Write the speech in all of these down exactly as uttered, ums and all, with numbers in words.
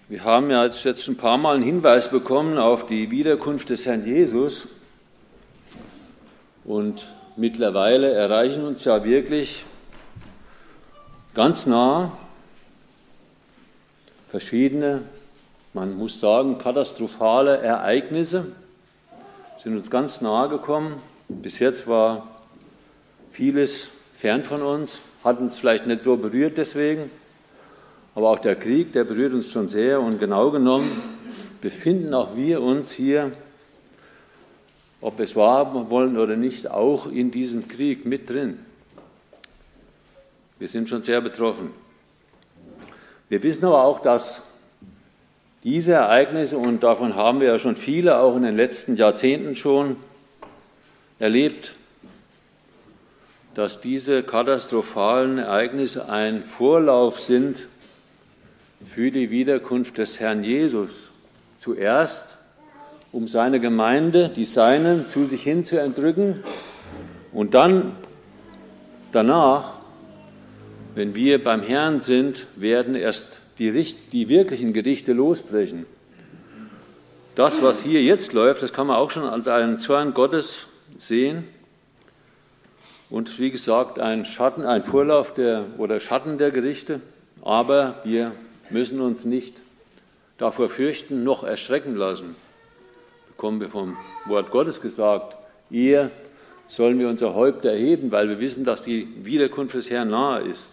Wir haben ja jetzt ein paar Mal einen Hinweis bekommen auf die Wiederkunft des Herrn Jesus. Und mittlerweile erreichen uns ja wirklich ganz nah verschiedene, man muss sagen, katastrophale Ereignisse sind uns ganz nahe gekommen. Bis jetzt war vieles fern von uns, hat uns vielleicht nicht so berührt deswegen, aber auch der Krieg, der berührt uns schon sehr und genau genommen befinden auch wir uns hier, ob es wahrhaben wollen oder nicht, auch in diesem Krieg mit drin. Wir sind schon sehr betroffen. Wir wissen aber auch, dass diese Ereignisse, und davon haben wir ja schon viele, auch in den letzten Jahrzehnten schon erlebt, dass diese katastrophalen Ereignisse ein Vorlauf sind für die Wiederkunft des Herrn Jesus. Zuerst, um seine Gemeinde, die Seinen, zu sich hin zu entrücken und dann, danach, wenn wir beim Herrn sind, werden erst die, die wirklichen Gerichte losbrechen. Das, was hier jetzt läuft, das kann man auch schon als einen Zorn Gottes sehen. Und wie gesagt, ein Schatten, ein Vorlauf der, oder Schatten der Gerichte. Aber wir müssen uns nicht davor fürchten, noch erschrecken lassen. Bekommen wir vom Wort Gottes gesagt, eher sollen wir unser Haupt erheben, weil wir wissen, dass die Wiederkunft des Herrn nahe ist.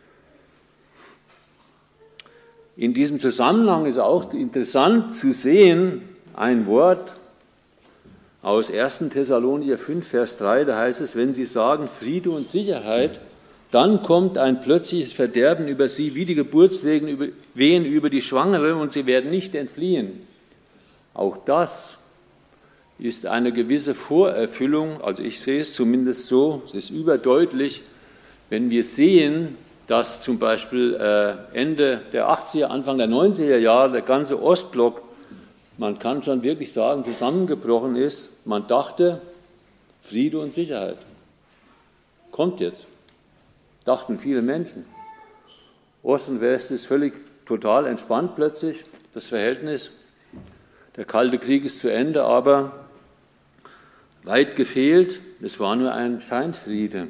In diesem Zusammenhang ist auch interessant zu sehen, ein Wort aus ersten Thessalonicher fünf, Vers drei, da heißt es, wenn sie sagen Friede und Sicherheit, dann kommt ein plötzliches Verderben über sie, wie die Geburtswehen über die Schwangere, und sie werden nicht entfliehen. Auch das ist eine gewisse Vorerfüllung, also ich sehe es zumindest so, es ist überdeutlich, wenn wir sehen, dass zum Beispiel Ende der achtziger, Anfang der neunziger Jahre der ganze Ostblock, man kann schon wirklich sagen, zusammengebrochen ist. Man dachte, Friede und Sicherheit. Kommt jetzt. Dachten viele Menschen. Ost und West ist völlig total entspannt plötzlich, das Verhältnis. Der Kalte Krieg ist zu Ende, aber weit gefehlt. Es war nur ein Scheinfriede.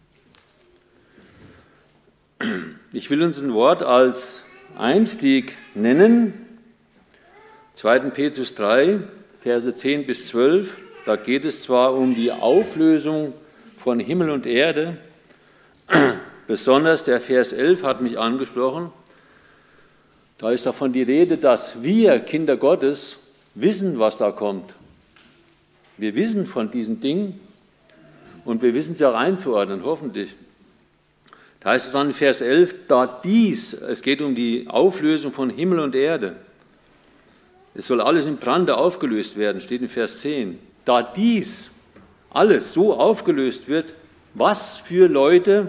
Ich will uns ein Wort als Einstieg nennen. zweiter Petrus drei, Verse zehn bis zwölf. Da geht es zwar um die Auflösung von Himmel und Erde, besonders der Vers elf hat mich angesprochen. Da ist davon die Rede, dass wir, Kinder Gottes, wissen, was da kommt. Wir wissen von diesen Dingen und wir wissen sie auch einzuordnen, hoffentlich. Da heißt es dann in Vers elf, da dies, es geht um die Auflösung von Himmel und Erde. Es soll alles in Brande aufgelöst werden, steht in Vers zehn. Da dies alles so aufgelöst wird, was für Leute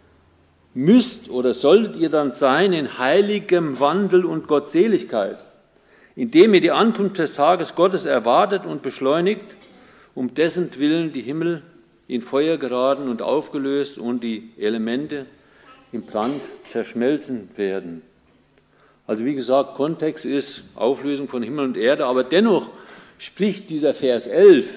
müsst oder solltet ihr dann sein in heiligem Wandel und Gottseligkeit, indem ihr die Ankunft des Tages Gottes erwartet und beschleunigt, um dessen Willen die Himmel in Feuer geraten und aufgelöst und die Elemente im Brand zerschmelzen werden. Also wie gesagt, Kontext ist Auflösung von Himmel und Erde, aber dennoch spricht dieser Vers elf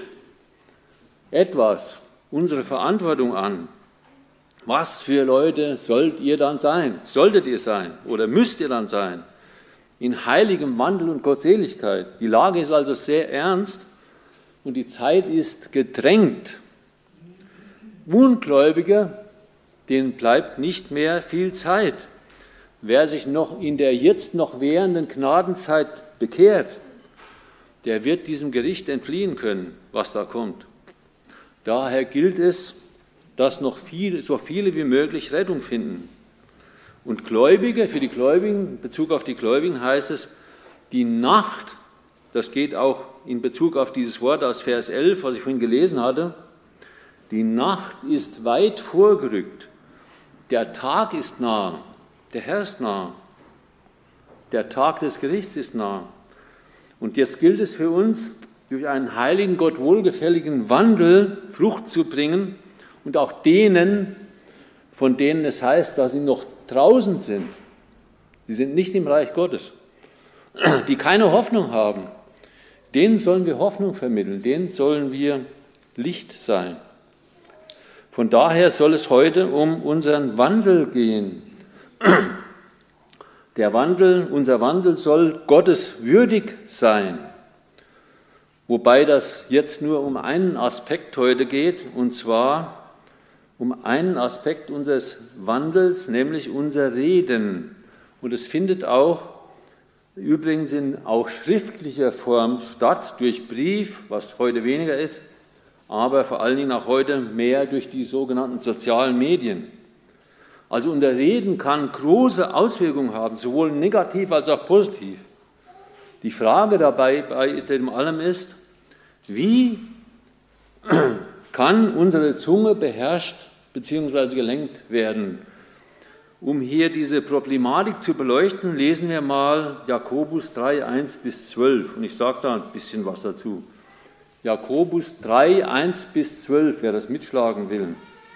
etwas unsere Verantwortung an. Was für Leute sollt ihr dann sein? Solltet ihr sein oder müsst ihr dann sein? In heiligem Wandel und Gottseligkeit. Die Lage ist also sehr ernst und die Zeit ist gedrängt. Ungläubige, denen bleibt nicht mehr viel Zeit. Wer sich noch in der jetzt noch währenden Gnadenzeit bekehrt, der wird diesem Gericht entfliehen können, was da kommt. Daher gilt es, dass noch viel, so viele wie möglich Rettung finden. Und Gläubige, für die Gläubigen, in Bezug auf die Gläubigen heißt es, die Nacht, das geht auch in Bezug auf dieses Wort aus Vers elf, was ich vorhin gelesen hatte, die Nacht ist weit vorgerückt, der Tag ist nah, der Herr ist nah, der Tag des Gerichts ist nah. Und jetzt gilt es für uns, durch einen heiligen, Gott wohlgefälligen Wandel Frucht zu bringen und auch denen, von denen es heißt, dass sie noch draußen sind. Sie sind nicht im Reich Gottes. die keine Hoffnung haben, denen sollen wir Hoffnung vermitteln, denen sollen wir Licht sein. Von daher soll es heute um unseren Wandel gehen. Der Wandel, unser Wandel soll Gottes würdig sein. Wobei das jetzt nur um einen Aspekt heute geht, und zwar um einen Aspekt unseres Wandels, nämlich unser Reden. Und es findet auch übrigens in auch schriftlicher Form statt, durch Brief, was heute weniger ist, aber vor allen Dingen auch heute mehr durch die sogenannten sozialen Medien. Also unser Reden kann große Auswirkungen haben, sowohl negativ als auch positiv. Die Frage dabei bei dem allem ist, wie kann unsere Zunge beherrscht bzw. gelenkt werden? Um hier diese Problematik zu beleuchten, lesen wir mal Jakobus drei, eins bis zwölf. Und ich sage da ein bisschen was dazu. Jakobus drei, eins bis zwölf, wer das mitschlagen will.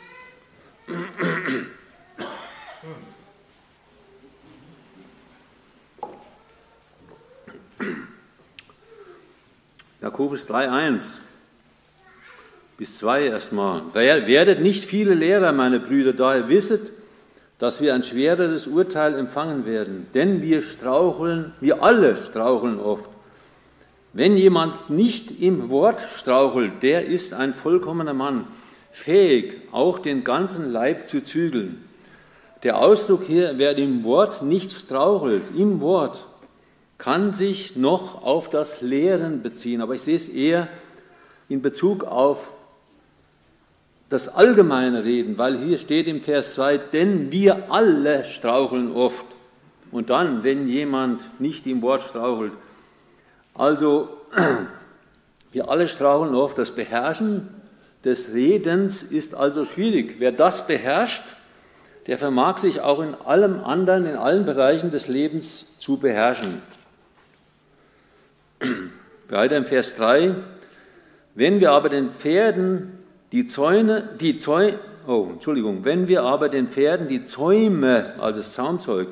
Jakobus drei, eins bis zwei erstmal. Werdet nicht viele Lehrer, meine Brüder, da ihr wisset, dass wir ein schwereres Urteil empfangen werden. Denn wir straucheln, wir alle straucheln oft. Wenn jemand nicht im Wort strauchelt, der ist ein vollkommener Mann, fähig, auch den ganzen Leib zu zügeln. Der Ausdruck hier, wer im Wort nicht strauchelt, im Wort, kann sich noch auf das Lehren beziehen. Aber ich sehe es eher in Bezug auf das allgemeine Reden, weil hier steht im Vers zwei, denn wir alle straucheln oft. Und dann, wenn jemand nicht im Wort strauchelt. Also, wir alle straucheln oft. Das Beherrschen des Redens ist also schwierig. Wer das beherrscht, der vermag sich auch in allem anderen, in allen Bereichen des Lebens zu beherrschen. Weiter im Vers drei, wenn wir aber den Pferden die Zäune, die Zäu, oh, Entschuldigung, wenn wir aber den Pferden die Zäume, also das Zaumzeug,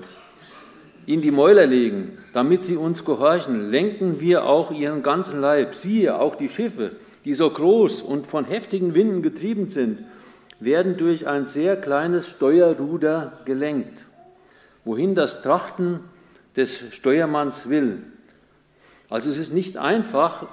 in die Mäuler legen, damit sie uns gehorchen, lenken wir auch ihren ganzen Leib. Siehe, auch die Schiffe, die so groß und von heftigen Winden getrieben sind, werden durch ein sehr kleines Steuerruder gelenkt, wohin das Trachten des Steuermanns will. Also es ist nicht einfach,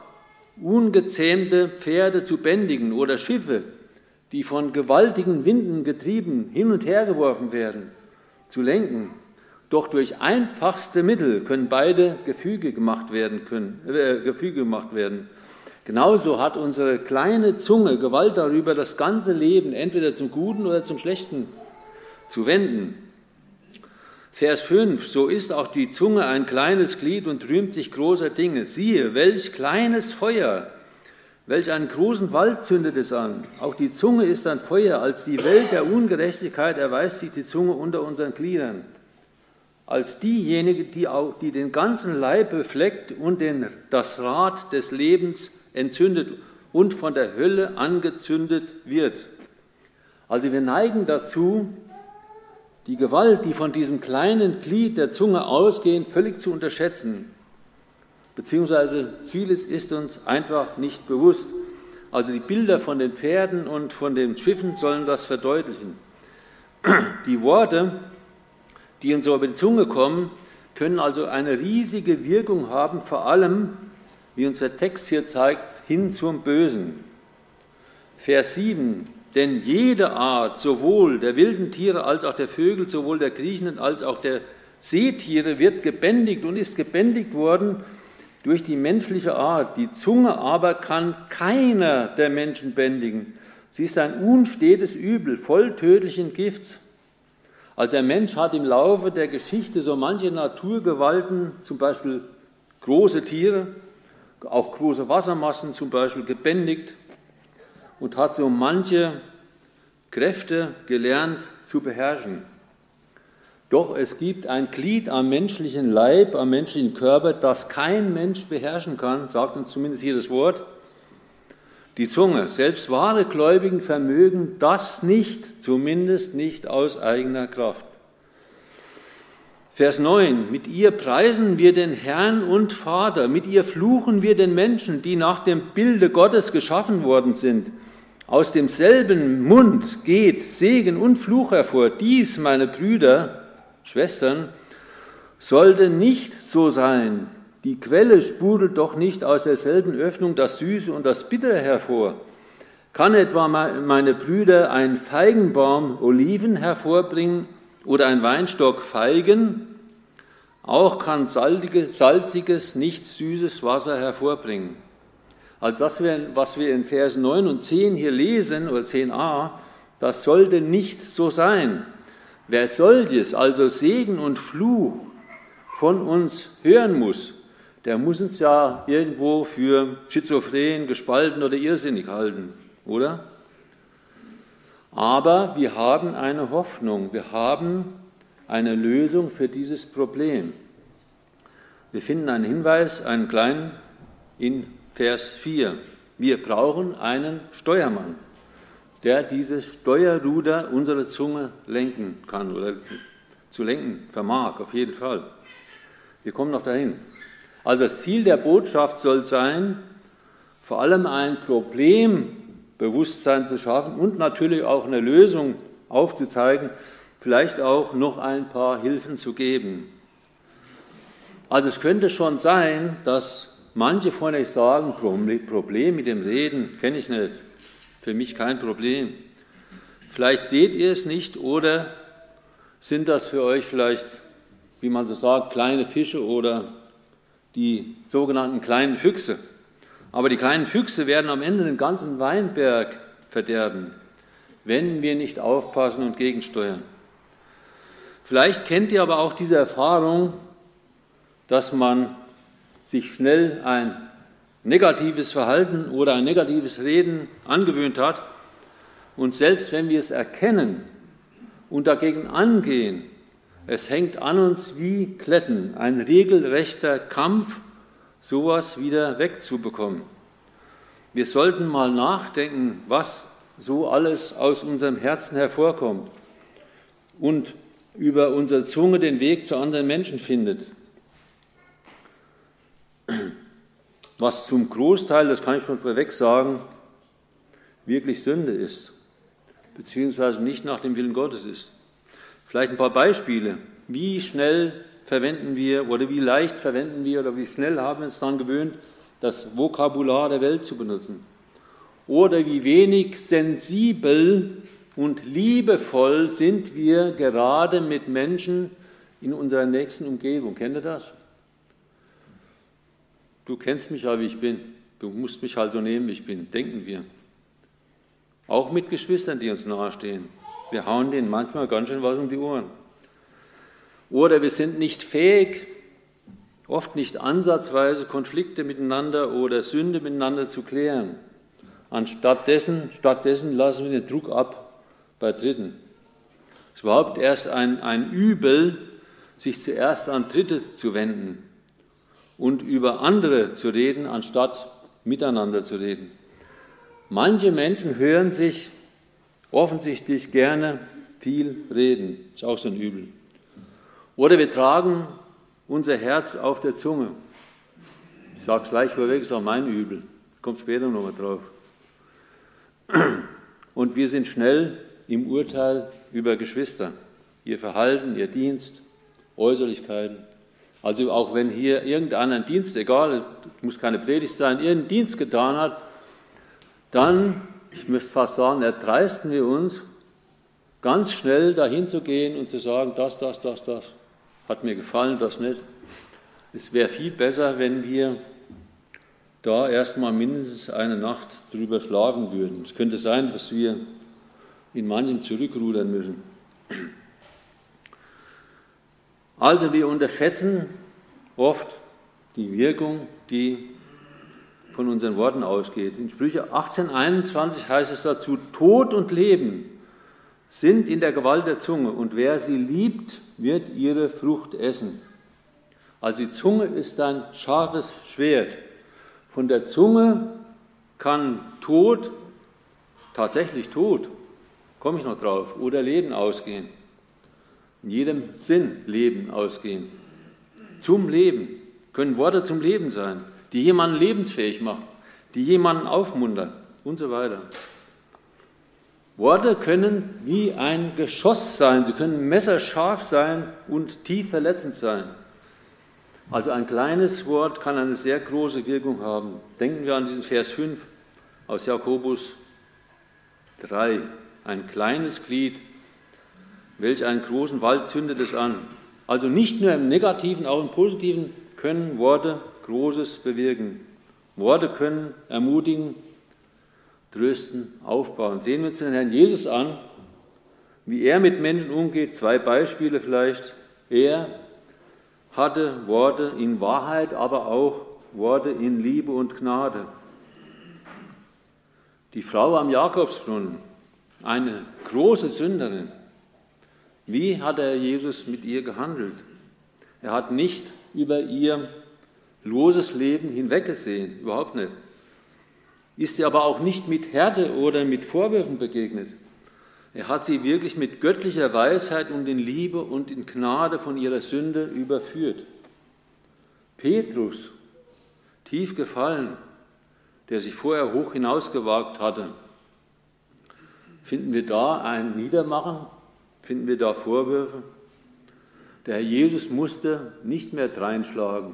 ungezähmte Pferde zu bändigen oder Schiffe, die von gewaltigen Winden getrieben hin und her geworfen werden, zu lenken. Doch durch einfachste Mittel können beide Gefüge gemacht werden. Können, äh, Gefüge gemacht werden. Genauso hat unsere kleine Zunge Gewalt darüber, das ganze Leben entweder zum Guten oder zum Schlechten zu wenden. Vers fünf, so ist auch die Zunge ein kleines Glied und rühmt sich großer Dinge. Siehe, welch kleines Feuer, welch einen großen Wald zündet es an. Auch die Zunge ist ein Feuer, als die Welt der Ungerechtigkeit erweist sich die Zunge unter unseren Gliedern. Als diejenige, die, auch, die den ganzen Leib befleckt und den, das Rad des Lebens entzündet und von der Hölle angezündet wird. Also wir neigen dazu, die Gewalt, die von diesem kleinen Glied der Zunge ausgeht, völlig zu unterschätzen. Beziehungsweise vieles ist uns einfach nicht bewusst. Also die Bilder von den Pferden und von den Schiffen sollen das verdeutlichen. Die Worte, die uns so über die Zunge kommen, können also eine riesige Wirkung haben, vor allem, wie uns der Text hier zeigt, hin zum Bösen. Vers sieben, denn jede Art, sowohl der wilden Tiere als auch der Vögel, sowohl der kriechenden als auch der Seetiere, wird gebändigt und ist gebändigt worden durch die menschliche Art. Die Zunge aber kann keiner der Menschen bändigen. Sie ist ein unstetes Übel, voll tödlichen Gifts. Also der Mensch hat im Laufe der Geschichte so manche Naturgewalten, zum Beispiel große Tiere, auch große Wassermassen zum Beispiel, gebändigt und hat so manche Kräfte gelernt zu beherrschen. Doch es gibt ein Glied am menschlichen Leib, am menschlichen Körper, das kein Mensch beherrschen kann, sagt uns zumindest hier das Wort, die Zunge. Selbst wahre Gläubigen vermögen das nicht, zumindest nicht aus eigener Kraft. Vers neun, mit ihr preisen wir den Herrn und Vater, mit ihr fluchen wir den Menschen, die nach dem Bilde Gottes geschaffen worden sind. Aus demselben Mund geht Segen und Fluch hervor. Dies, meine Brüder, Schwestern, sollte nicht so sein. Die Quelle sprudelt doch nicht aus derselben Öffnung das Süße und das Bittere hervor. Kann etwa meine Brüder ein Feigenbaum Oliven hervorbringen oder ein Weinstock Feigen? Auch kann salziges, salziges, nicht süßes Wasser hervorbringen. Also das, was wir in Versen neun und zehn hier lesen, oder zehn a, das sollte nicht so sein. Wer solches, also Segen und Fluch, von uns hören muss, der muss uns ja irgendwo für schizophren, gespalten oder irrsinnig halten, oder? Aber wir haben eine Hoffnung, wir haben eine Lösung für dieses Problem. Wir finden einen Hinweis, einen kleinen, in Vers vier. Wir brauchen einen Steuermann, der dieses Steuerruder unserer Zunge lenken kann oder zu lenken vermag, auf jeden Fall. Wir kommen noch dahin. Also das Ziel der Botschaft soll sein, vor allem ein Problembewusstsein zu schaffen und natürlich auch eine Lösung aufzuzeigen, vielleicht auch noch ein paar Hilfen zu geben. Also es könnte schon sein, dass manche von euch sagen, Problem mit dem Reden kenne ich nicht, für mich kein Problem. Vielleicht seht ihr es nicht oder sind das für euch vielleicht, wie man so sagt, kleine Fische oder die sogenannten kleinen Füchse. Aber die kleinen Füchse werden am Ende den ganzen Weinberg verderben, wenn wir nicht aufpassen und gegensteuern. Vielleicht kennt ihr aber auch diese Erfahrung, dass man sich schnell ein negatives Verhalten oder ein negatives Reden angewöhnt hat und selbst wenn wir es erkennen und dagegen angehen, es hängt an uns wie Kletten, ein regelrechter Kampf, sowas wieder wegzubekommen. Wir sollten mal nachdenken, was so alles aus unserem Herzen hervorkommt und über unsere Zunge den Weg zu anderen Menschen findet. Was zum Großteil, das kann ich schon vorweg sagen, wirklich Sünde ist, beziehungsweise nicht nach dem Willen Gottes ist. Vielleicht ein paar Beispiele. Wie schnell verwenden wir oder wie leicht verwenden wir oder wie schnell haben wir uns daran gewöhnt, das Vokabular der Welt zu benutzen? Oder wie wenig sensibel und liebevoll sind wir gerade mit Menschen in unserer nächsten Umgebung. Kennt ihr das? Du kennst mich ja, wie ich bin. Du musst mich halt so nehmen, wie ich bin, denken wir. Auch mit Geschwistern, die uns nahestehen. Wir hauen denen manchmal ganz schön was um die Ohren. Oder wir sind nicht fähig, oft nicht ansatzweise Konflikte miteinander oder Sünde miteinander zu klären. Anstattdessen, stattdessen lassen wir den Druck ab bei Dritten. Es ist überhaupt erst ein, ein Übel, sich zuerst an Dritte zu wenden und über andere zu reden, anstatt miteinander zu reden. Manche Menschen hören sich offensichtlich gerne viel reden. Ist auch so ein Übel. Oder wir tragen unser Herz auf der Zunge. Ich sage es gleich vorweg, ist auch mein Übel. Kommt später nochmal drauf. Und wir sind schnell im Urteil über Geschwister. Ihr Verhalten, ihr Dienst, Äußerlichkeiten. Also auch wenn hier irgendeiner einen Dienst, egal, es muss keine Predigt sein, irgendeinen Dienst getan hat, dann, ich müsste fast sagen, erdreisten wir uns, ganz schnell dahin zu gehen und zu sagen, das, das, das, das, hat mir gefallen, das nicht. Es wäre viel besser, wenn wir da erstmal mindestens eine Nacht drüber schlafen würden. Es könnte sein, dass wir in manchem zurückrudern müssen. Also wir unterschätzen oft die Wirkung, die von unseren Worten ausgeht. In Sprüche achtzehn einundzwanzig heißt es dazu, Tod und Leben sind in der Gewalt der Zunge und wer sie liebt, wird ihre Frucht essen. Also die Zunge ist ein scharfes Schwert. Von der Zunge kann Tod, tatsächlich Tod, komme ich noch drauf, oder Leben ausgehen. in jedem Sinn Leben ausgehen. Zum Leben können Worte zum Leben sein, die jemanden lebensfähig machen, die jemanden aufmuntern und so weiter. Worte können wie ein Geschoss sein, sie können messerscharf sein und tief verletzend sein. Also ein kleines Wort kann eine sehr große Wirkung haben. Denken wir an diesen Vers fünf aus Jakobus drei. Ein kleines Glied, welch einen großen Wald zündet es an. Also nicht nur im Negativen, auch im Positiven können Worte Großes bewirken. Worte können ermutigen, trösten, aufbauen. Sehen wir uns den Herrn Jesus an, wie er mit Menschen umgeht. Zwei Beispiele vielleicht. Er hatte Worte in Wahrheit, aber auch Worte in Liebe und Gnade. Die Frau am Jakobsbrunnen, eine große Sünderin. Wie hat der Herr Jesus mit ihr gehandelt? Er hat nicht über ihr loses Leben hinweggesehen, überhaupt nicht. Ist ihr aber auch nicht mit Härte oder mit Vorwürfen begegnet. Er hat sie wirklich mit göttlicher Weisheit und in Liebe und in Gnade von ihrer Sünde überführt. Petrus, tief gefallen, der sich vorher hoch hinausgewagt hatte, finden wir da ein Niedermachen? Finden wir da Vorwürfe? Der Herr Jesus musste nicht mehr dreinschlagen.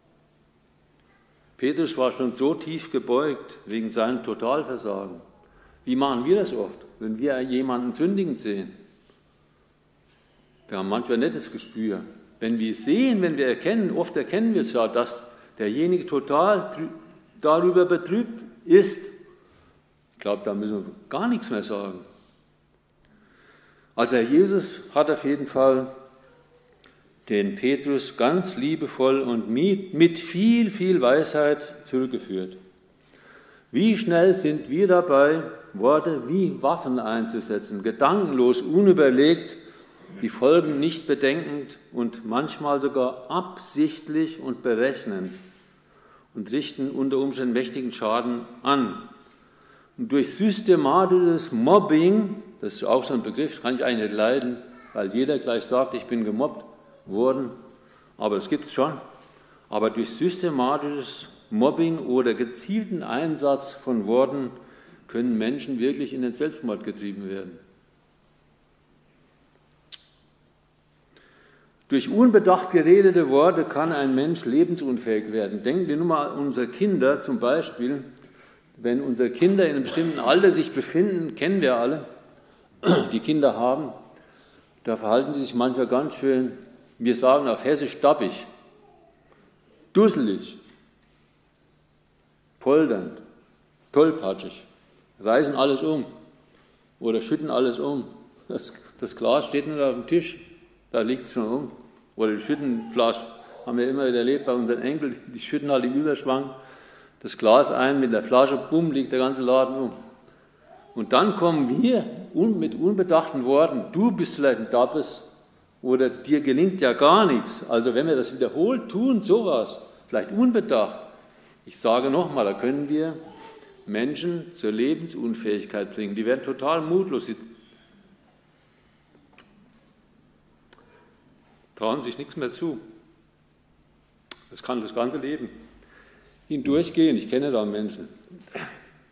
Petrus war schon so tief gebeugt wegen seinem Totalversagen. Wie machen wir das oft, wenn wir jemanden sündigen sehen? Wir haben manchmal ein nettes Gespür. Wenn wir sehen, wenn wir erkennen, oft erkennen wir es ja, dass derjenige total darüber betrübt ist. Ich glaube, da müssen wir gar nichts mehr sagen. Also Herr Jesus hat auf jeden Fall den Petrus ganz liebevoll und mit viel, viel Weisheit zurückgeführt. Wie schnell sind wir dabei, Worte wie Waffen einzusetzen, gedankenlos, unüberlegt, die Folgen nicht bedenkend und manchmal sogar absichtlich und berechnend und richten unter Umständen mächtigen Schaden an. Und durch systematisches Mobbing, das ist auch so ein Begriff, kann ich eigentlich nicht leiden, weil jeder gleich sagt, ich bin gemobbt worden, aber das gibt es schon. Aber durch systematisches Mobbing oder gezielten Einsatz von Worten können Menschen wirklich in den Selbstmord getrieben werden. Durch unbedacht geredete Worte kann ein Mensch lebensunfähig werden. Denken wir nur mal an unsere Kinder zum Beispiel. Wenn unsere Kinder in einem bestimmten Alter sich befinden, kennen wir alle, die Kinder haben, da verhalten sie sich manchmal ganz schön, wir sagen auf Hessisch dappig, dusselig, polternd, tollpatschig, reißen alles um oder schütten alles um. Das, das Glas steht nur auf dem Tisch, da liegt es schon um. Oder die Schüttenflasche, haben wir immer wieder erlebt bei unseren Enkeln, die schütten halt im Überschwang das Glas ein mit der Flasche, bumm, liegt der ganze Laden um. Und dann kommen wir mit unbedachten Worten, du bist vielleicht ein Dappes oder dir gelingt ja gar nichts. Also wenn wir das wiederholt tun, sowas, vielleicht unbedacht. Ich sage nochmal, da können wir Menschen zur Lebensunfähigkeit bringen. Die werden total mutlos. Sie trauen sich nichts mehr zu. Das kann das ganze Leben hindurchgehen. Ich kenne da Menschen. Das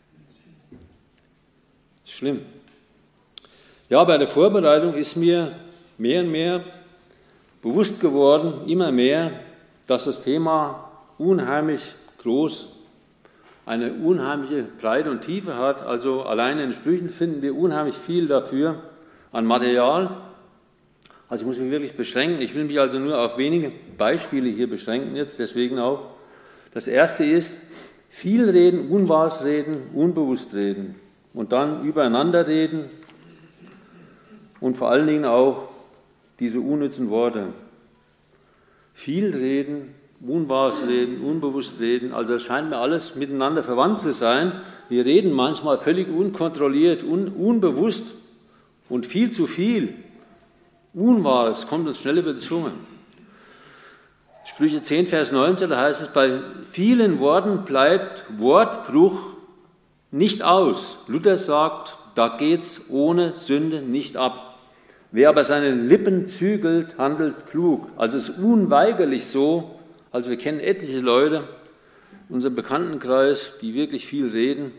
ist schlimm. Ja, bei der Vorbereitung ist mir mehr und mehr bewusst geworden, immer mehr, dass das Thema unheimlich groß, eine unheimliche Breite und Tiefe hat. Also allein in den Sprüchen finden wir unheimlich viel dafür an Material. Also ich muss mich wirklich beschränken. Ich will mich also nur auf wenige Beispiele hier beschränken jetzt, deswegen auch. Das erste ist, viel reden, unwahres reden, unbewusst reden und dann übereinander reden und vor allen Dingen auch diese unnützen Worte. Viel reden, unwahres reden, unbewusst reden, also das scheint mir alles miteinander verwandt zu sein. Wir reden manchmal völlig unkontrolliert, un, unbewusst und viel zu viel. Unwahres kommt uns schnell über die Zunge. Sprüche zehn, Vers neunzehn, da heißt es, bei vielen Worten bleibt Wortbruch nicht aus. Luther sagt, da geht's ohne Sünde nicht ab. Wer aber seine Lippen zügelt, handelt klug. Also es ist unweigerlich so, also wir kennen etliche Leute in unserem Bekanntenkreis, die wirklich viel reden.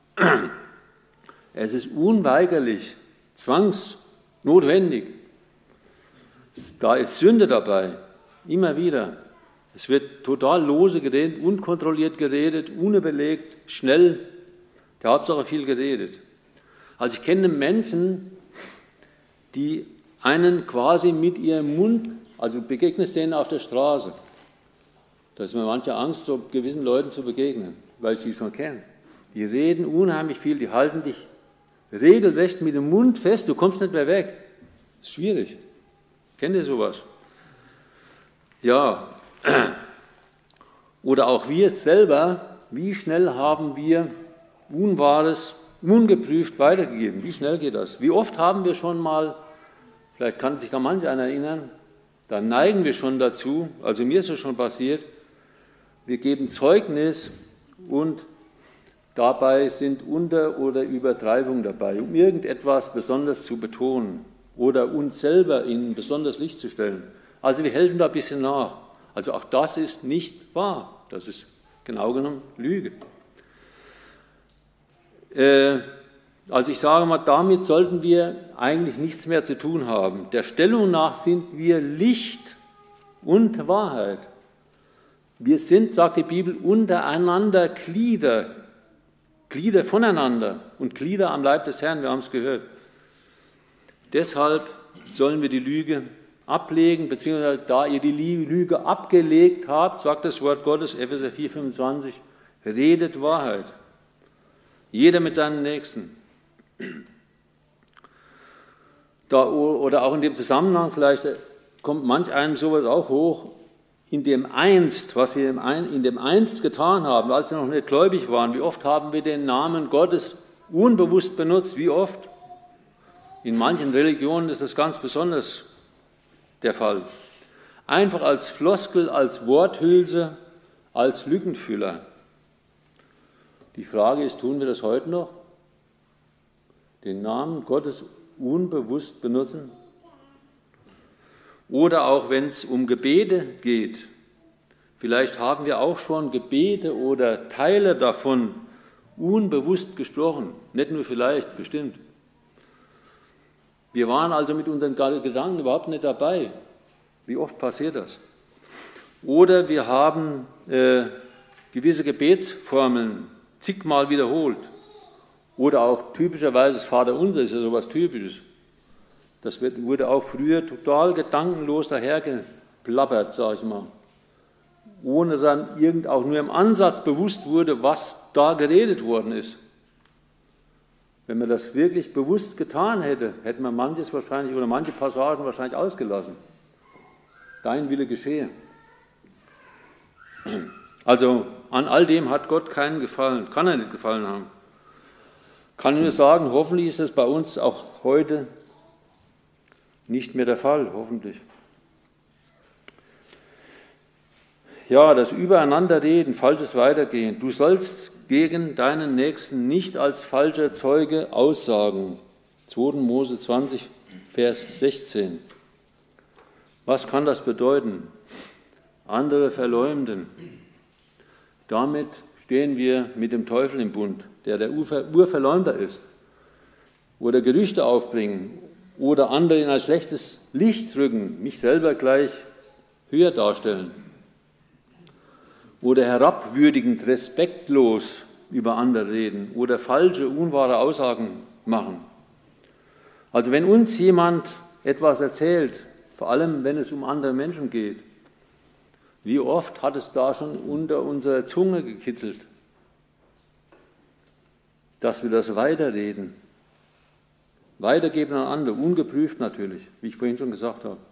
Es ist unweigerlich, zwangsnotwendig. Da ist Sünde dabei, immer wieder. Es wird total lose geredet, unkontrolliert geredet, unüberlegt, schnell. Der Hauptsache viel geredet. Also ich kenne Menschen, die einen quasi mit ihrem Mund, also begegnest denen auf der Straße. Da ist mir manche Angst, so gewissen Leuten zu begegnen, weil sie schon kennen. Die reden unheimlich viel, die halten dich regelrecht mit dem Mund fest, du kommst nicht mehr weg. Das ist schwierig. Kennt ihr sowas? Ja. Oder auch wir selber, wie schnell haben wir Unwahres, ungeprüft weitergegeben? Wie schnell geht das? Wie oft haben wir schon mal, vielleicht kann sich da manch einer erinnern, da neigen wir schon dazu, also mir ist es schon passiert, wir geben Zeugnis und dabei sind Unter- oder Übertreibungen dabei, um irgendetwas besonders zu betonen oder uns selber in besonderes Licht zu stellen. Also wir helfen da ein bisschen nach. Also auch das ist nicht wahr. Das ist genau genommen Lüge. Äh, also ich sage mal, damit sollten wir eigentlich nichts mehr zu tun haben. Der Stellung nach sind wir Licht und Wahrheit. Wir sind, sagt die Bibel, untereinander Glieder, Glieder voneinander und Glieder am Leib des Herrn, wir haben es gehört. Deshalb sollen wir die Lüge ablegen, beziehungsweise da ihr die Lüge abgelegt habt, sagt das Wort Gottes, Epheser vier, fünfundzwanzig, redet Wahrheit. Jeder mit seinem Nächsten. Da, oder auch in dem Zusammenhang, vielleicht kommt manch einem sowas auch hoch, in dem Einst, was wir in dem Einst getan haben, als wir noch nicht gläubig waren, wie oft haben wir den Namen Gottes unbewusst benutzt, wie oft? In manchen Religionen ist das ganz besonders der Fall. Einfach als Floskel, als Worthülse, als Lückenfüller. Die Frage ist, tun wir das heute noch? Den Namen Gottes unbewusst benutzen? Oder auch wenn es um Gebete geht, vielleicht haben wir auch schon Gebete oder Teile davon unbewusst gesprochen, nicht nur vielleicht, bestimmt. Wir waren also mit unseren Gedanken überhaupt nicht dabei. Wie oft passiert das? Oder wir haben äh, gewisse Gebetsformeln zigmal wiederholt. Oder auch typischerweise das Vaterunser ist ja sowas Typisches. Das wird, wurde auch früher total gedankenlos dahergeplappert, sage ich mal. Ohne dann irgend auch nur im Ansatz bewusst wurde, was da geredet worden ist. Wenn man das wirklich bewusst getan hätte, hätte man manches wahrscheinlich oder manche Passagen wahrscheinlich ausgelassen. Dein Wille geschehe. Also an all dem hat Gott keinen Gefallen, kann er nicht gefallen haben. Kann nur sagen, hoffentlich ist es bei uns auch heute nicht mehr der Fall, hoffentlich. Ja, das Übereinanderreden, falsches Weitergehen. Du sollst gegen deinen Nächsten nicht als falscher Zeuge aussagen. zweiter Mose zwanzig, Vers sechzehn. Was kann das bedeuten? Andere verleumden. Damit stehen wir mit dem Teufel im Bund, der der Urverleumder ist. Oder Gerüchte aufbringen oder andere in ein schlechtes Licht rücken, mich selber gleich höher darstellen. Oder herabwürdigend, respektlos über andere reden oder falsche, unwahre Aussagen machen. Also wenn uns jemand etwas erzählt, vor allem wenn es um andere Menschen geht, wie oft hat es da schon unter unserer Zunge gekitzelt, dass wir das weiterreden, weitergeben an andere, ungeprüft natürlich, wie ich vorhin schon gesagt habe.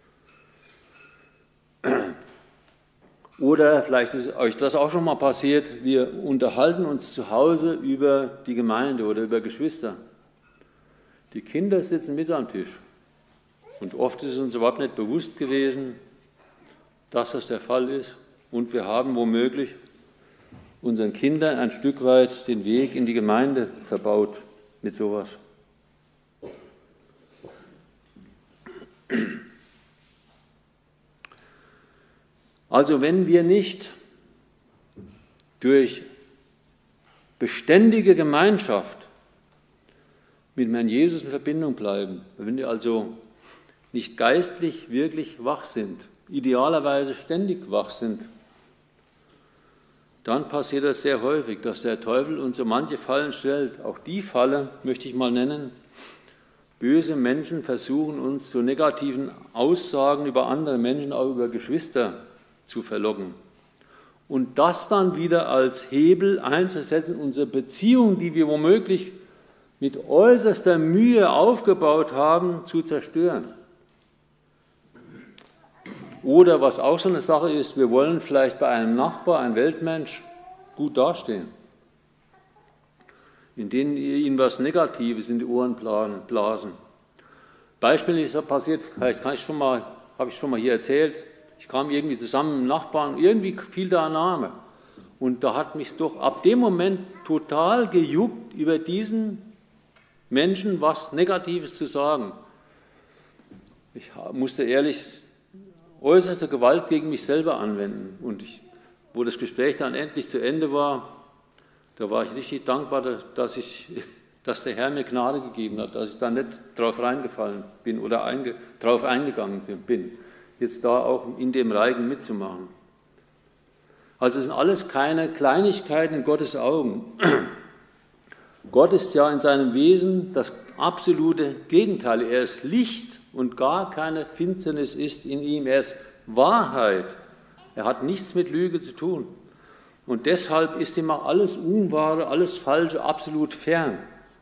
Oder vielleicht ist euch das auch schon mal passiert, wir unterhalten uns zu Hause über die Gemeinde oder über Geschwister. Die Kinder sitzen mit am Tisch und oft ist es uns überhaupt nicht bewusst gewesen, dass das der Fall ist und wir haben womöglich unseren Kindern ein Stück weit den Weg in die Gemeinde verbaut mit sowas. Also wenn wir nicht durch beständige Gemeinschaft mit dem Herrn Jesus in Verbindung bleiben, wenn wir also nicht geistlich wirklich wach sind, idealerweise ständig wach sind, dann passiert das sehr häufig, dass der Teufel uns so manche Fallen stellt. Auch die Falle möchte ich mal nennen. Böse Menschen versuchen uns zu negativen Aussagen über andere Menschen, auch über Geschwister zu verlocken. Und das dann wieder als Hebel einzusetzen, unsere Beziehung, die wir womöglich mit äußerster Mühe aufgebaut haben, zu zerstören. Oder was auch so eine Sache ist, wir wollen vielleicht bei einem Nachbar, einem Weltmensch, gut dastehen, in denen ihnen was Negatives in die Ohren blasen. Beispiel ist passiert, vielleicht kann ich schon mal, habe ich schon mal hier erzählt, ich kam irgendwie zusammen mit einem Nachbarn, irgendwie fiel da ein Name. Und da hat mich doch ab dem Moment total gejuckt, über diesen Menschen was Negatives zu sagen. Ich musste ehrlich äußerste Gewalt gegen mich selber anwenden. Und ich, wo das Gespräch dann endlich zu Ende war, da war ich richtig dankbar, dass, ich, dass der Herr mir Gnade gegeben hat, dass ich da nicht drauf reingefallen bin oder einge, drauf eingegangen bin, jetzt da auch in dem Reigen mitzumachen. Also es sind alles keine Kleinigkeiten in Gottes Augen. Gott ist ja in seinem Wesen das absolute Gegenteil. Er ist Licht und gar keine Finsternis ist in ihm. Er ist Wahrheit. Er hat nichts mit Lüge zu tun. Und deshalb ist ihm auch alles Unwahre, alles Falsche absolut fern.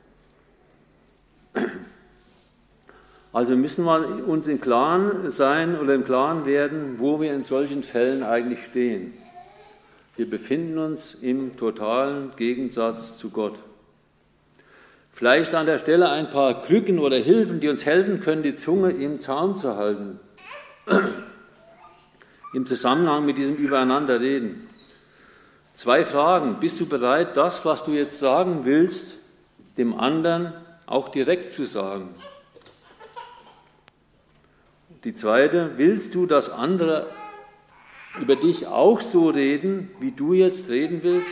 Also müssen wir uns im Klaren sein oder im Klaren werden, wo wir in solchen Fällen eigentlich stehen. Wir befinden uns im totalen Gegensatz zu Gott. Vielleicht an der Stelle ein paar Krücken oder Hilfen, die uns helfen können, die Zunge im Zaum zu halten. Im Zusammenhang mit diesem Übereinanderreden. Zwei Fragen. Bist du bereit, das, was du jetzt sagen willst, dem anderen auch direkt zu sagen? Die zweite, willst du, dass andere über dich auch so reden, wie du jetzt reden willst?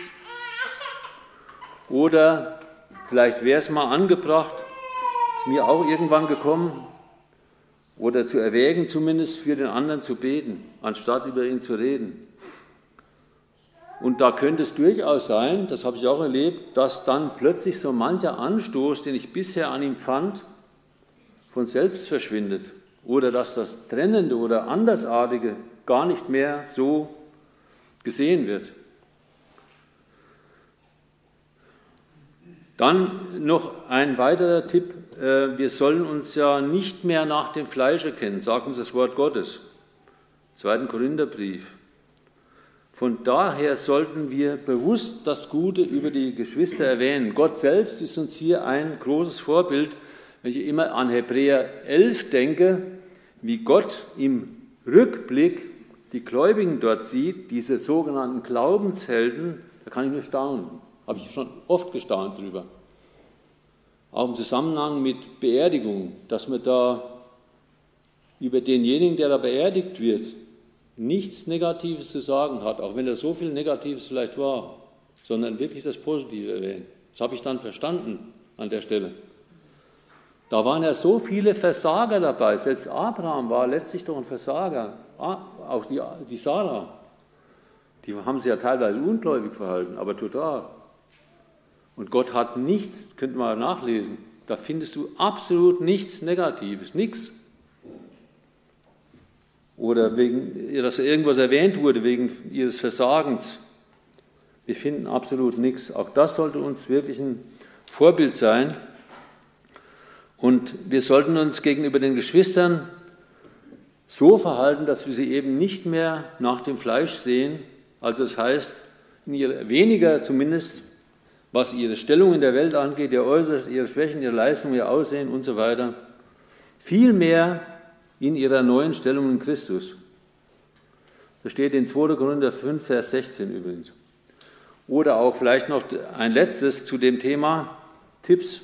Oder vielleicht wäre es mal angebracht, ist mir auch irgendwann gekommen, oder zu erwägen zumindest, für den anderen zu beten, anstatt über ihn zu reden. Und da könnte es durchaus sein, das habe ich auch erlebt, dass dann plötzlich so mancher Anstoß, den ich bisher an ihm fand, von selbst verschwindet. Oder dass das Trennende oder Andersartige gar nicht mehr so gesehen wird. Dann noch ein weiterer Tipp. Wir sollen uns ja nicht mehr nach dem Fleische kennen, sagt uns das Wort Gottes. zweiter Korintherbrief. Von daher sollten wir bewusst das Gute über die Geschwister erwähnen. Gott selbst ist uns hier ein großes Vorbild. Wenn ich immer an Hebräer elf denke, wie Gott im Rückblick die Gläubigen dort sieht, diese sogenannten Glaubenshelden, da kann ich nur staunen. Habe ich schon oft gestaunt drüber. Auch im Zusammenhang mit Beerdigung, dass man da über denjenigen, der da beerdigt wird, nichts Negatives zu sagen hat, auch wenn da so viel Negatives vielleicht war, sondern wirklich das Positive erwähnt. Das habe ich dann verstanden an der Stelle. Da waren ja so viele Versager dabei. Selbst Abraham war letztlich doch ein Versager. Auch die, die Sarah. Die haben sich ja teilweise ungläubig verhalten, aber total. Und Gott hat nichts, könnt ihr mal nachlesen, da findest du absolut nichts Negatives, nichts. Oder wegen, dass irgendwas erwähnt wurde, wegen ihres Versagens. Wir finden absolut nichts. Auch das sollte uns wirklich ein Vorbild sein. Und wir sollten uns gegenüber den Geschwistern so verhalten, dass wir sie eben nicht mehr nach dem Fleisch sehen. Also das heißt, in ihrer, weniger zumindest, was ihre Stellung in der Welt angeht, ihr Äußeres, ihre Schwächen, ihre Leistungen, ihr Aussehen und so weiter. Vielmehr in ihrer neuen Stellung in Christus. Das steht in zweiter Korinther fünf, Vers sechzehn übrigens. Oder auch vielleicht noch ein letztes zu dem Thema, Tipps.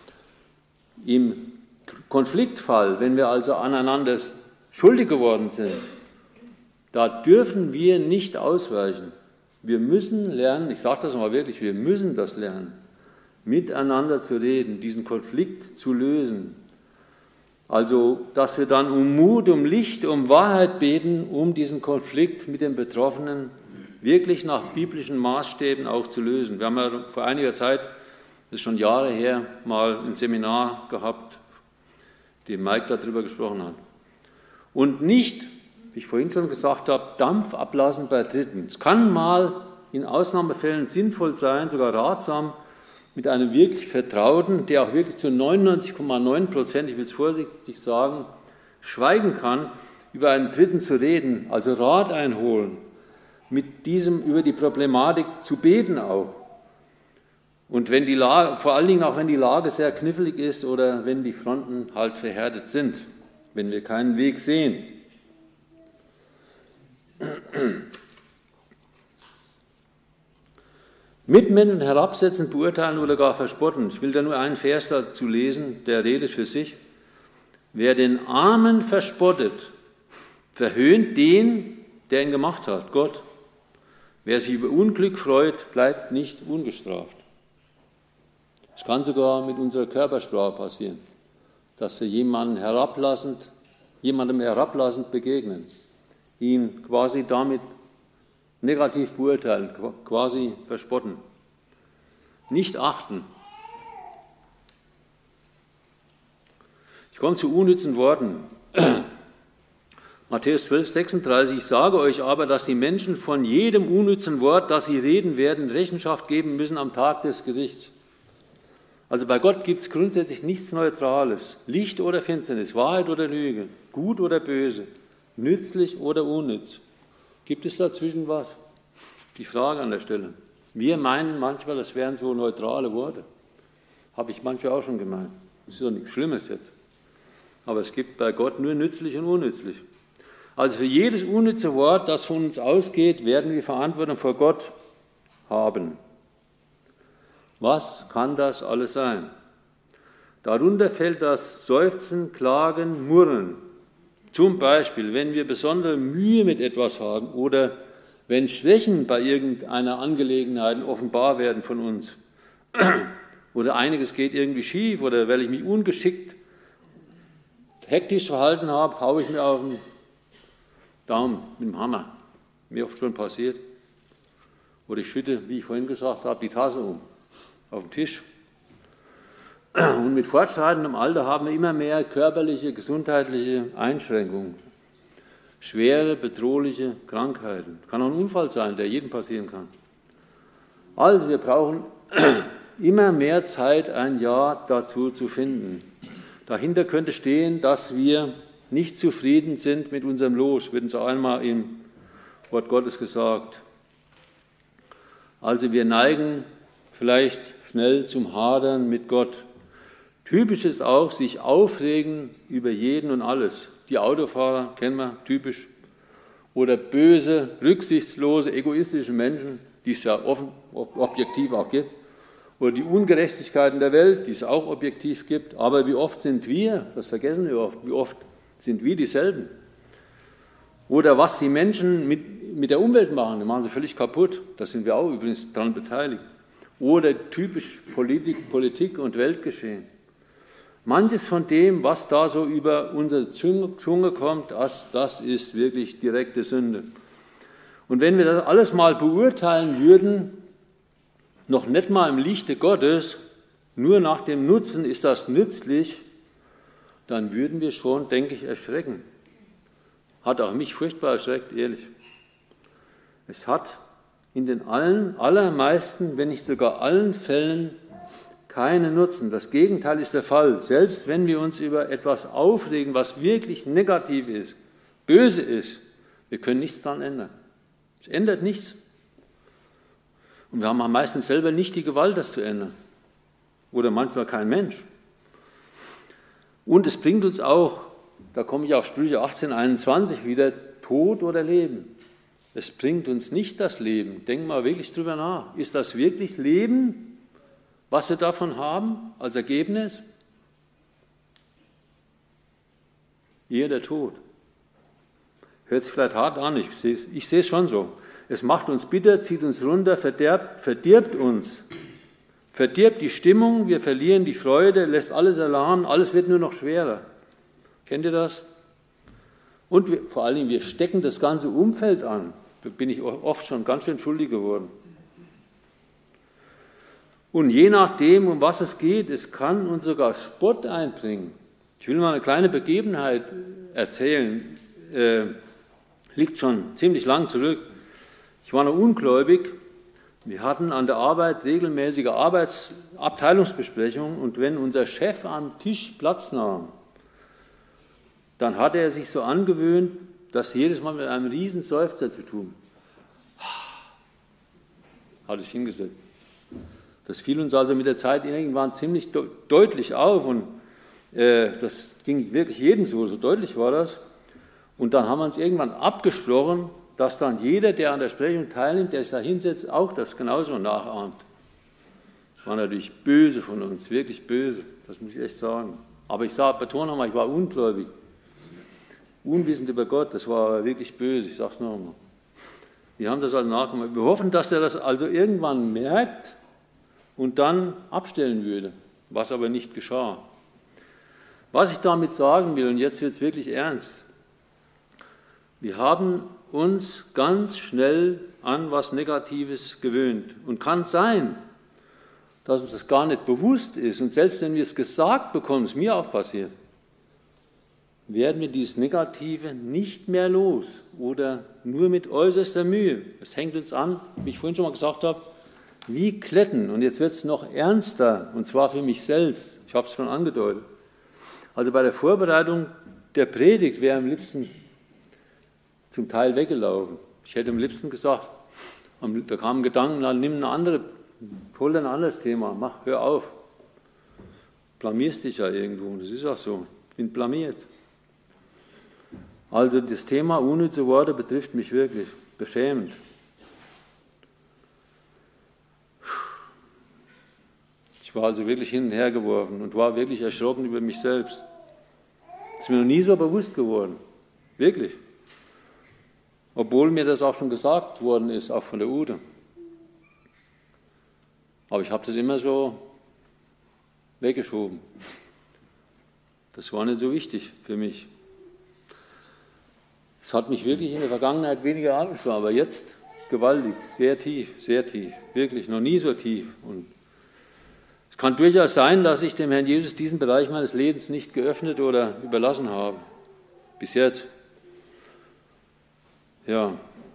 Im Konfliktfall, wenn wir also aneinander schuldig geworden sind, Da dürfen wir nicht ausweichen. Wir müssen lernen, ich sage das mal wirklich, wir müssen das lernen, miteinander zu reden, diesen Konflikt zu lösen. Also, dass wir dann um Mut, um Licht, um Wahrheit beten, um diesen Konflikt mit den Betroffenen wirklich nach biblischen Maßstäben auch zu lösen. Wir haben ja vor einiger Zeit, das ist schon Jahre her, mal ein Seminar gehabt, dem Mike darüber gesprochen hat. Und nicht, wie ich vorhin schon gesagt habe, Dampf ablassen bei Dritten. Es kann mal in Ausnahmefällen sinnvoll sein, sogar ratsam, mit einem wirklich Vertrauten, der auch wirklich zu neunundneunzig Komma neun Prozent, ich will es vorsichtig sagen, schweigen kann, über einen Dritten zu reden, also Rat einholen, mit diesem über die Problematik zu beten auch. Und wenn die Lage, vor allen Dingen auch wenn die Lage sehr knifflig ist oder wenn die Fronten halt verhärtet sind, wenn wir keinen Weg sehen. Mitmenschen herabsetzen, beurteilen oder gar verspotten. Ich will da nur einen Vers dazu lesen, der redet für sich. Wer den Armen verspottet, verhöhnt den, der ihn gemacht hat, Gott. Wer sich über Unglück freut, bleibt nicht ungestraft. Es kann sogar mit unserer Körpersprache passieren, dass wir jemanden herablassend, jemandem herablassend begegnen, ihn quasi damit negativ beurteilen, quasi verspotten, nicht achten. Ich komme zu unnützen Worten. Matthäus zwölf, sechsunddreißig, ich sage euch aber, dass die Menschen von jedem unnützen Wort, das sie reden werden, Rechenschaft geben müssen am Tag des Gerichts. Also bei Gott gibt es grundsätzlich nichts Neutrales, Licht oder Finsternis, Wahrheit oder Lüge, gut oder böse, nützlich oder unnütz. Gibt es dazwischen was? Die Frage an der Stelle. Wir meinen manchmal, das wären so neutrale Worte. Habe ich manchmal auch schon gemeint. Das ist doch nichts Schlimmes jetzt. Aber es gibt bei Gott nur nützlich und unnützlich. Also für jedes unnütze Wort, das von uns ausgeht, werden wir Verantwortung vor Gott haben. Was kann das alles sein? Darunter fällt das Seufzen, Klagen, Murren. Zum Beispiel, wenn wir besondere Mühe mit etwas haben oder wenn Schwächen bei irgendeiner Angelegenheit offenbar werden von uns oder einiges geht irgendwie schief oder weil ich mich ungeschickt, hektisch verhalten habe, haue ich mir auf den Daumen mit dem Hammer. Mir oft schon passiert. Oder ich schütte, wie ich vorhin gesagt habe, die Tasse um auf den Tisch. Und mit fortschreitendem Alter haben wir immer mehr körperliche, gesundheitliche Einschränkungen. Schwere, bedrohliche Krankheiten. Kann auch ein Unfall sein, der jedem passieren kann. Also wir brauchen immer mehr Zeit, ein Ja dazu zu finden. Dahinter könnte stehen, dass wir nicht zufrieden sind mit unserem Los, wird uns auch einmal im Wort Gottes gesagt. Also wir neigen vielleicht schnell zum Hadern mit Gott. Typisch ist auch, sich aufregen über jeden und alles. Die Autofahrer kennen wir, typisch. Oder böse, rücksichtslose, egoistische Menschen, die es ja offen, objektiv auch gibt. Oder die Ungerechtigkeiten der Welt, die es auch objektiv gibt. Aber wie oft sind wir, das vergessen wir oft, wie oft sind wir dieselben? Oder was die Menschen mit, mit der Umwelt machen, die machen sie völlig kaputt. Da sind wir auch übrigens daran beteiligt. Oder typisch Politik, Politik und Weltgeschehen. Manches von dem, was da so über unsere Zunge kommt, das, das ist wirklich direkte Sünde. Und wenn wir das alles mal beurteilen würden, noch nicht mal im Lichte Gottes, nur nach dem Nutzen ist das nützlich, dann würden wir schon, denke ich, erschrecken. Hat auch mich furchtbar erschreckt, ehrlich. Es hat in den allen, allermeisten, wenn nicht sogar allen Fällen keinen Nutzen. Das Gegenteil ist der Fall. Selbst wenn wir uns über etwas aufregen, was wirklich negativ ist, böse ist, wir können nichts daran ändern. Es ändert nichts. Und wir haben meistens selber nicht die Gewalt, das zu ändern. Oder manchmal kein Mensch. Und es bringt uns auch, da komme ich auf Sprüche achtzehn, einundzwanzig wieder, Tod oder Leben. Es bringt uns nicht das Leben. Denk mal wirklich drüber nach. Ist das wirklich Leben, was wir davon haben als Ergebnis? Eher der Tod. Hört sich vielleicht hart an, ich sehe, ich sehe es schon so. Es macht uns bitter, zieht uns runter, verderbt, verdirbt uns. Verdirbt die Stimmung, wir verlieren die Freude, lässt alles erlahmen, alles wird nur noch schwerer. Kennt ihr das? Und wir, vor allem, wir stecken das ganze Umfeld an. Da bin ich oft schon ganz schön schuldig geworden. Und je nachdem, um was es geht, es kann uns sogar Spott einbringen. Ich will mal eine kleine Begebenheit erzählen, äh, liegt schon ziemlich lang zurück. Ich war noch ungläubig. Wir hatten an der Arbeit regelmäßige Arbeitsabteilungsbesprechungen und wenn unser Chef am Tisch Platz nahm, dann hatte er sich so angewöhnt, das jedes Mal mit einem riesen Seufzer zu tun. Hatte ich hingesetzt. Das fiel uns also mit der Zeit irgendwann ziemlich de- deutlich auf und äh, das ging wirklich jedem so, so deutlich war das. Und dann haben wir uns irgendwann abgesprochen, dass dann jeder, der an der Sprechung teilnimmt, der sich da hinsetzt, auch das genauso nachahmt. Das war natürlich böse von uns, wirklich böse, das muss ich echt sagen. Aber ich sage, betone nochmal, ich war ungläubig, unwissend über Gott, das war wirklich böse, ich sage es nochmal. Wir haben das also nachgemacht. Wir hoffen, dass er das also irgendwann merkt und dann abstellen würde, was aber nicht geschah. Was ich damit sagen will, und jetzt wird es wirklich ernst, wir haben uns ganz schnell an was Negatives gewöhnt. Und kann sein, dass uns das gar nicht bewusst ist. Und selbst wenn wir es gesagt bekommen, ist mir auch passiert, werden wir dieses Negative nicht mehr los oder nur mit äußerster Mühe. Es hängt uns an, wie ich vorhin schon mal gesagt habe, wie Kletten. Und jetzt wird es noch ernster, und zwar für mich selbst. Ich habe es schon angedeutet. Also bei der Vorbereitung der Predigt wäre am liebsten zum Teil weggelaufen. Ich hätte am liebsten gesagt, da kam ein Gedanke, na, nimm eine andere, hol ein anderes Thema, mach, hör auf. Blamierst dich ja irgendwo, das ist auch so. Ich bin blamiert. Also das Thema unnütze Worte betrifft mich wirklich, beschämend. Ich war also wirklich hin und her geworfen und war wirklich erschrocken über mich selbst. Das ist mir noch nie so bewusst geworden, wirklich. Obwohl mir das auch schon gesagt worden ist, auch von der Ute. Aber ich habe das immer so weggeschoben. Das war nicht so wichtig für mich. Es hat mich wirklich in der Vergangenheit weniger angeschlagen, aber jetzt gewaltig, sehr tief, sehr tief, wirklich noch nie so tief. Und es kann durchaus sein, dass ich dem Herrn Jesus diesen Bereich meines Lebens nicht geöffnet oder überlassen habe. Bis jetzt. Ja,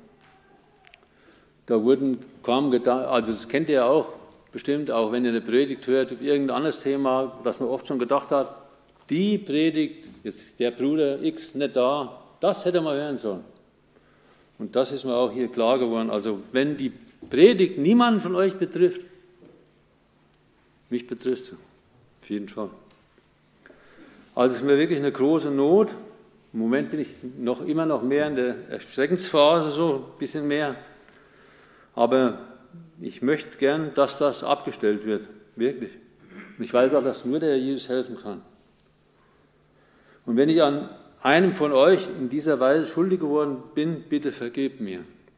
da wurden, kamen Gedanken, also das kennt ihr ja auch bestimmt, auch wenn ihr eine Predigt hört, auf irgendein anderes Thema, das man oft schon gedacht hat, die Predigt, jetzt ist der Bruder X nicht da, das hätte man hören sollen. Und das ist mir auch hier klar geworden. Also wenn die Predigt niemanden von euch betrifft, mich betrifft sie, auf jeden Fall. Also es ist mir wirklich eine große Not. Im Moment bin ich noch immer noch mehr in der Erschreckensphase, so ein bisschen mehr. Aber ich möchte gern, dass das abgestellt wird, wirklich. Und ich weiß auch, dass nur der Herr Jesus helfen kann. Und wenn ich an einem von euch in dieser Weise schuldig geworden bin, bitte vergebt mir.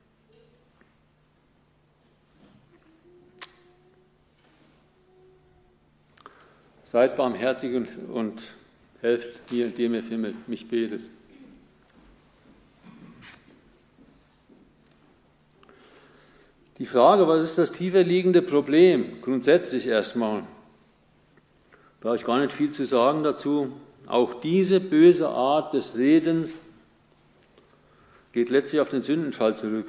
Seid barmherzig und, und helft mir, indem ihr für mich betet. Die Frage, was ist das tiefer liegende Problem? Grundsätzlich erstmal. Da habe ich gar nicht viel zu sagen dazu. Auch diese böse Art des Redens geht letztlich auf den Sündenfall zurück.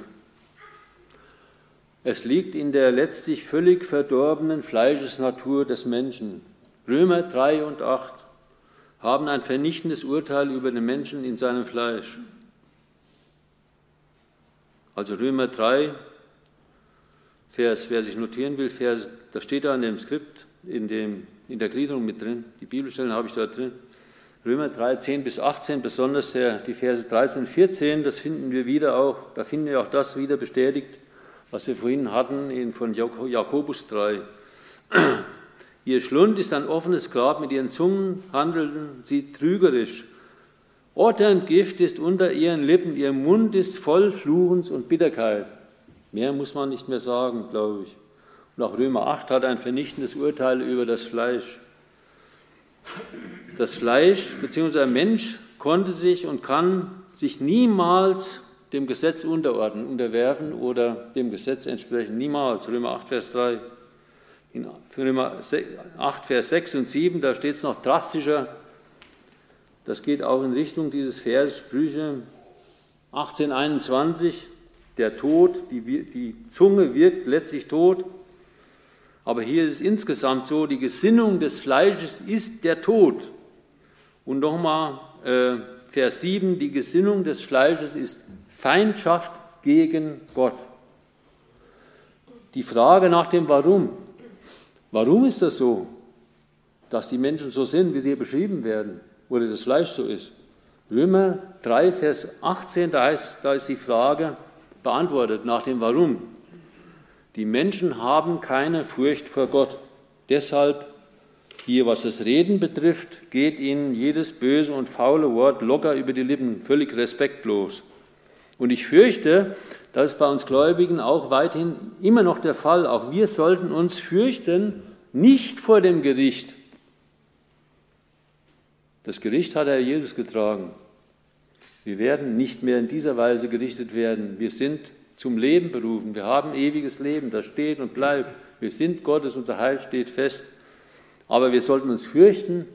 Es liegt in der letztlich völlig verdorbenen Fleischesnatur des Menschen. Römer drei und acht haben ein vernichtendes Urteil über den Menschen in seinem Fleisch. Also Römer drei, Vers, wer sich notieren will, Vers, das steht da in dem Skript, in, dem, in der Gliederung mit drin, die Bibelstellen habe ich da drin. Römer drei, zehn bis achtzehn, besonders der, die Verse dreizehn und vierzehn, das finden wir wieder auch, da finden wir auch das wieder bestätigt, was wir vorhin hatten in, von Jakobus drei. Ihr Schlund ist ein offenes Grab, mit ihren Zungen handelten sie trügerisch Otterngift ist unter ihren Lippen, ihr Mund ist voll Fluchens und Bitterkeit. Mehr muss man nicht mehr sagen, glaube ich. Und auch Römer acht hat ein vernichtendes Urteil über das Fleisch. Das Fleisch bzw. der Mensch konnte sich und kann sich niemals dem Gesetz unterordnen, unterwerfen oder dem Gesetz entsprechen. Niemals. Römer acht, Vers drei. In Römer acht, Vers sechs und sieben, da steht es noch drastischer. Das geht auch in Richtung dieses Vers, Sprüche achtzehn, einundzwanzig. Der Tod, die, die Zunge wirkt letztlich tot. Aber hier ist es insgesamt so, die Gesinnung des Fleisches ist der Tod. Und nochmal äh, Vers sieben, die Gesinnung des Fleisches ist Feindschaft gegen Gott. Die Frage nach dem Warum. Warum ist das so, dass die Menschen so sind, wie sie hier beschrieben werden, oder das Fleisch so ist? Römer drei, Vers achtzehn, da, heißt, da ist die Frage beantwortet nach dem Warum. Die Menschen haben keine Furcht vor Gott. Deshalb, hier was das Reden betrifft, geht ihnen jedes böse und faule Wort locker über die Lippen, völlig respektlos. Und ich fürchte, das ist bei uns Gläubigen auch weiterhin immer noch der Fall. Auch wir sollten uns fürchten, nicht vor dem Gericht. Das Gericht hat Herr Jesus getragen. Wir werden nicht mehr in dieser Weise gerichtet werden. Wir sind zum Leben berufen. Wir haben ewiges Leben, das steht und bleibt. Wir sind Gottes, unser Heil steht fest. Aber wir sollten uns fürchten,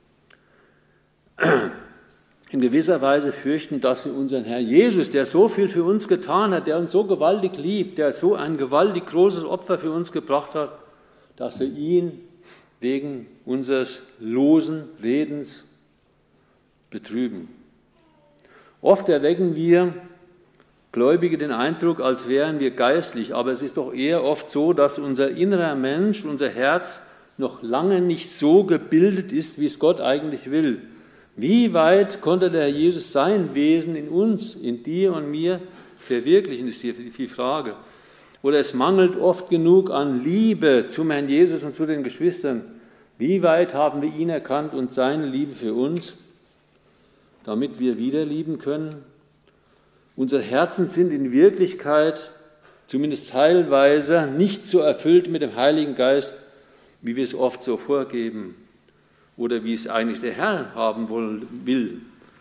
in gewisser Weise fürchten, dass wir unseren Herrn Jesus, der so viel für uns getan hat, der uns so gewaltig liebt, der so ein gewaltig großes Opfer für uns gebracht hat, dass wir ihn wegen unseres losen Redens betrüben. Oft erwecken wir Gläubige den Eindruck, als wären wir geistlich, aber es ist doch eher oft so, dass unser innerer Mensch, unser Herz noch lange nicht so gebildet ist, wie es Gott eigentlich will. Wie weit konnte der Herr Jesus sein Wesen in uns, in dir und mir verwirklichen, ist hier die Frage. Oder es mangelt oft genug an Liebe zum Herrn Jesus und zu den Geschwistern. Wie weit haben wir ihn erkannt und seine Liebe für uns, damit wir wieder lieben können? Unsere Herzen sind in Wirklichkeit, zumindest teilweise, nicht so erfüllt mit dem Heiligen Geist, wie wir es oft so vorgeben oder wie es eigentlich der Herr haben will.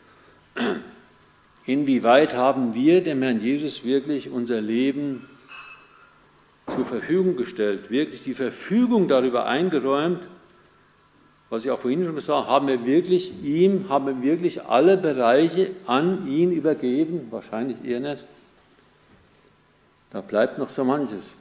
Inwieweit haben wir dem Herrn Jesus wirklich unser Leben zur Verfügung gestellt, wirklich die Verfügung darüber eingeräumt, was ich auch vorhin schon gesagt habe, haben wir wirklich ihm, haben wir wirklich alle Bereiche an ihn übergeben? Wahrscheinlich eher nicht. Da bleibt noch so manches.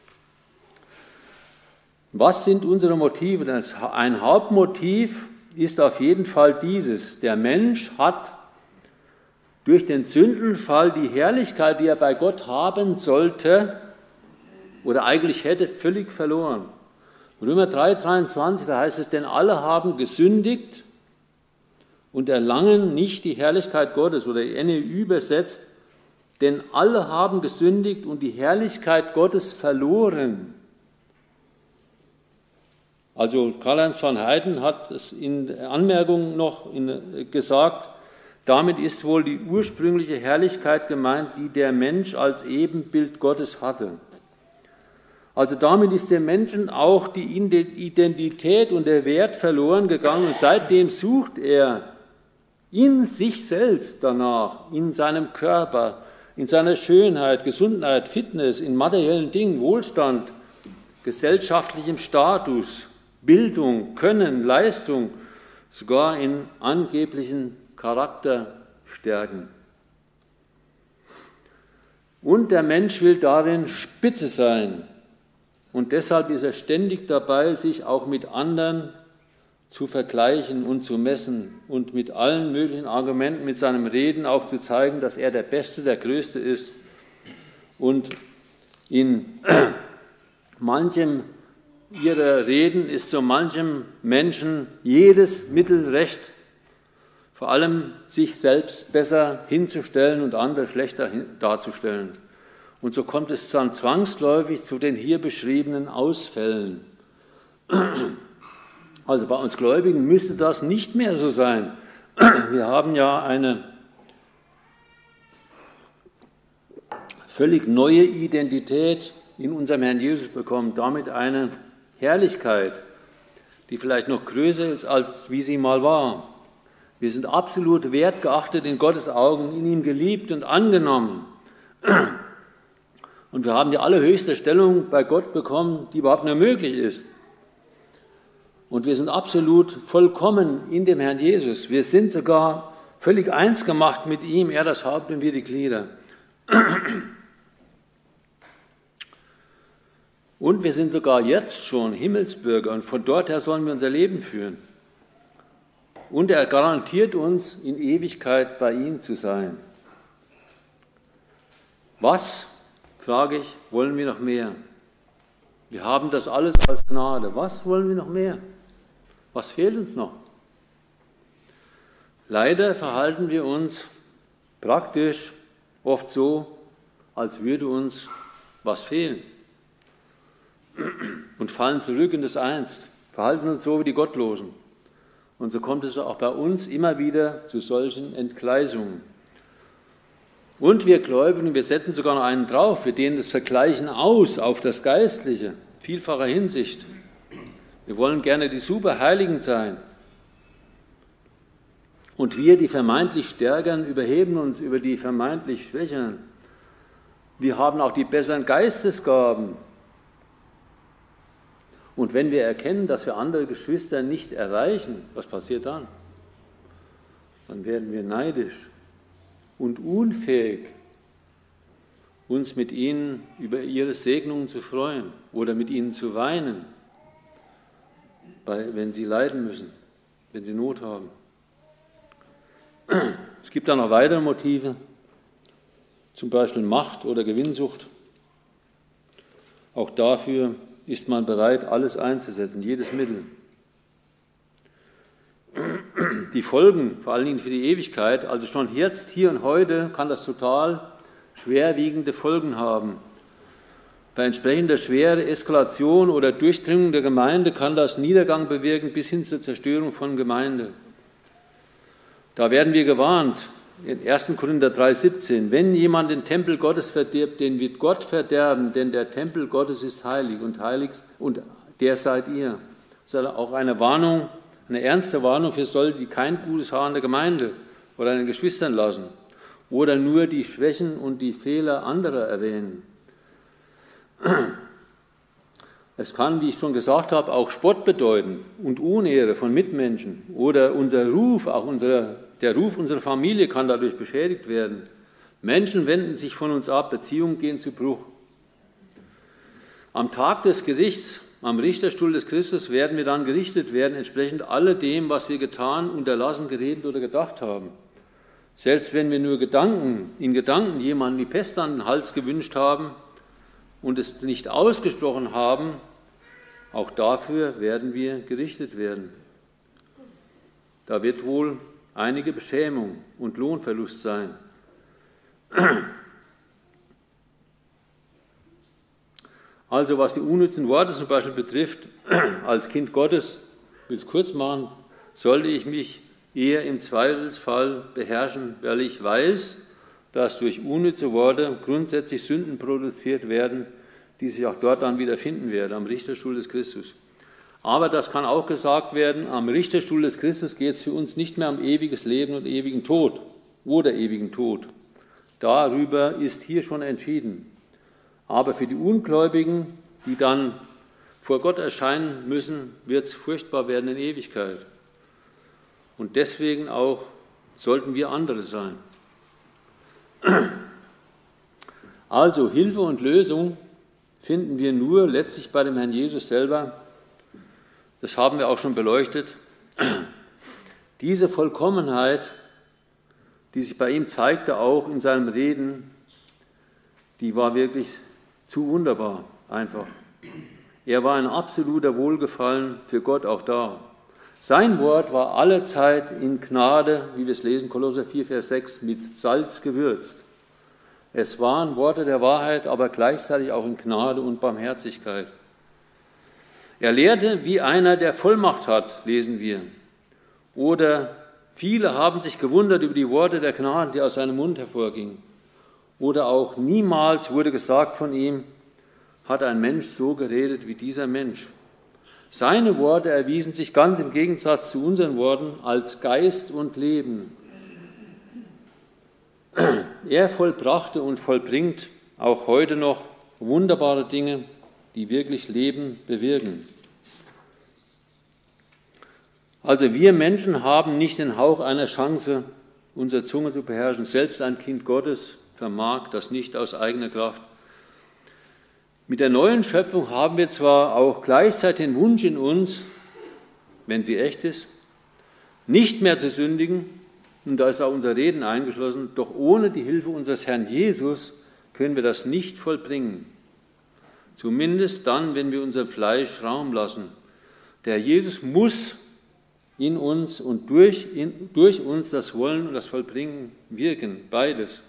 Was sind unsere Motive? Ein Hauptmotiv ist auf jeden Fall dieses. Der Mensch hat durch den Sündenfall die Herrlichkeit, die er bei Gott haben sollte oder eigentlich hätte, völlig verloren. Römer drei, dreiundzwanzig, da heißt es, denn alle haben gesündigt und erlangen nicht die Herrlichkeit Gottes, oder N E U übersetzt, denn alle haben gesündigt und die Herrlichkeit Gottes verloren. Also Karl-Heinz van Heiden hat es in der Anmerkung noch in, gesagt, damit ist wohl die ursprüngliche Herrlichkeit gemeint, die der Mensch als Ebenbild Gottes hatte. Also damit ist dem Menschen auch die Identität und der Wert verloren gegangen und seitdem sucht er in sich selbst danach, in seinem Körper, in seiner Schönheit, Gesundheit, Fitness, in materiellen Dingen, Wohlstand, gesellschaftlichem Status, Bildung, Können, Leistung, sogar in angeblichen Charakterstärken. Und der Mensch will darin Spitze sein. Und deshalb ist er ständig dabei, sich auch mit anderen zu vergleichen und zu messen und mit allen möglichen Argumenten, mit seinem Reden auch zu zeigen, dass er der Beste, der Größte ist. Und in manchem ihrer Reden ist so manchem Menschen jedes Mittel recht, vor allem sich selbst besser hinzustellen und andere schlechter darzustellen. Und so kommt es dann zwangsläufig zu den hier beschriebenen Ausfällen. Also bei uns Gläubigen müsste das nicht mehr so sein. Wir haben ja eine völlig neue Identität in unserem Herrn Jesus bekommen, damit eine Herrlichkeit, die vielleicht noch größer ist, als wie sie mal war. Wir sind absolut wertgeachtet in Gottes Augen, in ihm geliebt und angenommen. Und wir haben die allerhöchste Stellung bei Gott bekommen, die überhaupt nur möglich ist. Und wir sind absolut vollkommen in dem Herrn Jesus. Wir sind sogar völlig eins gemacht mit ihm, er das Haupt und wir die Glieder. Und wir sind sogar jetzt schon Himmelsbürger und von dort her sollen wir unser Leben führen. Und er garantiert uns, in Ewigkeit bei ihm zu sein. Was, frage ich, wollen wir noch mehr? Wir haben das alles als Gnade. Was wollen wir noch mehr? Was fehlt uns noch? Leider verhalten wir uns praktisch oft so, als würde uns was fehlen. Und fallen zurück in das Einst, verhalten uns so wie die Gottlosen. Und so kommt es auch bei uns immer wieder zu solchen Entgleisungen. Und wir Gläubigen, wir setzen sogar noch einen drauf, wir dehnen das Vergleichen aus auf das Geistliche, vielfacher Hinsicht. Wir wollen gerne die Superheiligen sein. Und wir, die vermeintlich Stärkeren, überheben uns über die vermeintlich Schwächeren. Wir haben auch die besseren Geistesgaben. Und wenn wir erkennen, dass wir andere Geschwister nicht erreichen, was passiert dann? Dann werden wir neidisch und unfähig, uns mit ihnen über ihre Segnungen zu freuen oder mit ihnen zu weinen, wenn sie leiden müssen, wenn sie Not haben. Es gibt da noch weitere Motive, zum Beispiel Macht oder Gewinnsucht. Auch dafür ist man bereit, alles einzusetzen, jedes Mittel. Die Folgen, vor allen Dingen für die Ewigkeit, also schon jetzt, hier und heute, kann das total schwerwiegende Folgen haben. Bei entsprechender schwerer Eskalation oder Durchdringung der Gemeinde kann das Niedergang bewirken bis hin zur Zerstörung von Gemeinde. Da werden wir gewarnt, in ersten Korinther drei siebzehn, wenn jemand den Tempel Gottes verdirbt, den wird Gott verderben, denn der Tempel Gottes ist heilig und heilig und der seid ihr. Das ist auch eine Warnung, eine ernste Warnung für solche, die kein gutes Haar in der Gemeinde oder an den Geschwistern lassen oder nur die Schwächen und die Fehler anderer erwähnen. Es kann, wie ich schon gesagt habe, auch Spott bedeuten und Unehre von Mitmenschen oder unser Ruf, auch unser, der Ruf unserer Familie kann dadurch beschädigt werden. Menschen wenden sich von uns ab, Beziehungen gehen zu Bruch. Am Tag des Gerichts, am Richterstuhl des Christus, werden wir dann gerichtet werden, entsprechend alledem, was wir getan, unterlassen, geredet oder gedacht haben. Selbst wenn wir nur Gedanken, in Gedanken jemanden die Pest an den Hals gewünscht haben und es nicht ausgesprochen haben, auch dafür werden wir gerichtet werden. Da wird wohl einige Beschämung und Lohnverlust sein. Also was die unnützen Worte zum Beispiel betrifft, als Kind Gottes, ich will es kurz machen, sollte ich mich eher im Zweifelsfall beherrschen, weil ich weiß, dass durch unnütze Worte grundsätzlich Sünden produziert werden, die sich auch dort dann wieder finden werden, am Richterstuhl des Christus. Aber das kann auch gesagt werden, am Richterstuhl des Christus geht es für uns nicht mehr um ewiges Leben und ewigen Tod oder ewigen Tod. Darüber ist hier schon entschieden. Aber für die Ungläubigen, die dann vor Gott erscheinen müssen, wird es furchtbar werden in Ewigkeit. Und deswegen auch sollten wir andere sein. Also Hilfe und Lösung finden wir nur letztlich bei dem Herrn Jesus selber. Das haben wir auch schon beleuchtet. Diese Vollkommenheit, die sich bei ihm zeigte, auch in seinem Reden, die war wirklich zu wunderbar, einfach. Er war ein absoluter Wohlgefallen für Gott auch da. Sein Wort war allezeit in Gnade, wie wir es lesen, Kolosser vier, Vers sechs, mit Salz gewürzt. Es waren Worte der Wahrheit, aber gleichzeitig auch in Gnade und Barmherzigkeit. Er lehrte wie einer, der Vollmacht hat, lesen wir, oder Viele haben sich gewundert über die Worte der Gnade, die aus seinem Mund hervorgingen. Oder auch niemals wurde gesagt von ihm, hat ein Mensch so geredet wie dieser Mensch. Seine Worte erwiesen sich ganz im Gegensatz zu unseren Worten als Geist und Leben. Er vollbrachte und vollbringt auch heute noch wunderbare Dinge, die wirklich Leben bewirken. Also wir Menschen haben nicht den Hauch einer Chance, unsere Zunge zu beherrschen. Selbst ein Kind Gottes vermag das nicht aus eigener Kraft. Mit der neuen Schöpfung haben wir zwar auch gleichzeitig den Wunsch in uns, wenn sie echt ist, nicht mehr zu sündigen, und da ist auch unser Reden eingeschlossen, doch ohne die Hilfe unseres Herrn Jesus können wir das nicht vollbringen. Zumindest dann, wenn wir unserem Fleisch Raum lassen. Der Jesus muss in uns und durch, in, durch uns das Wollen und das Vollbringen wirken, beides.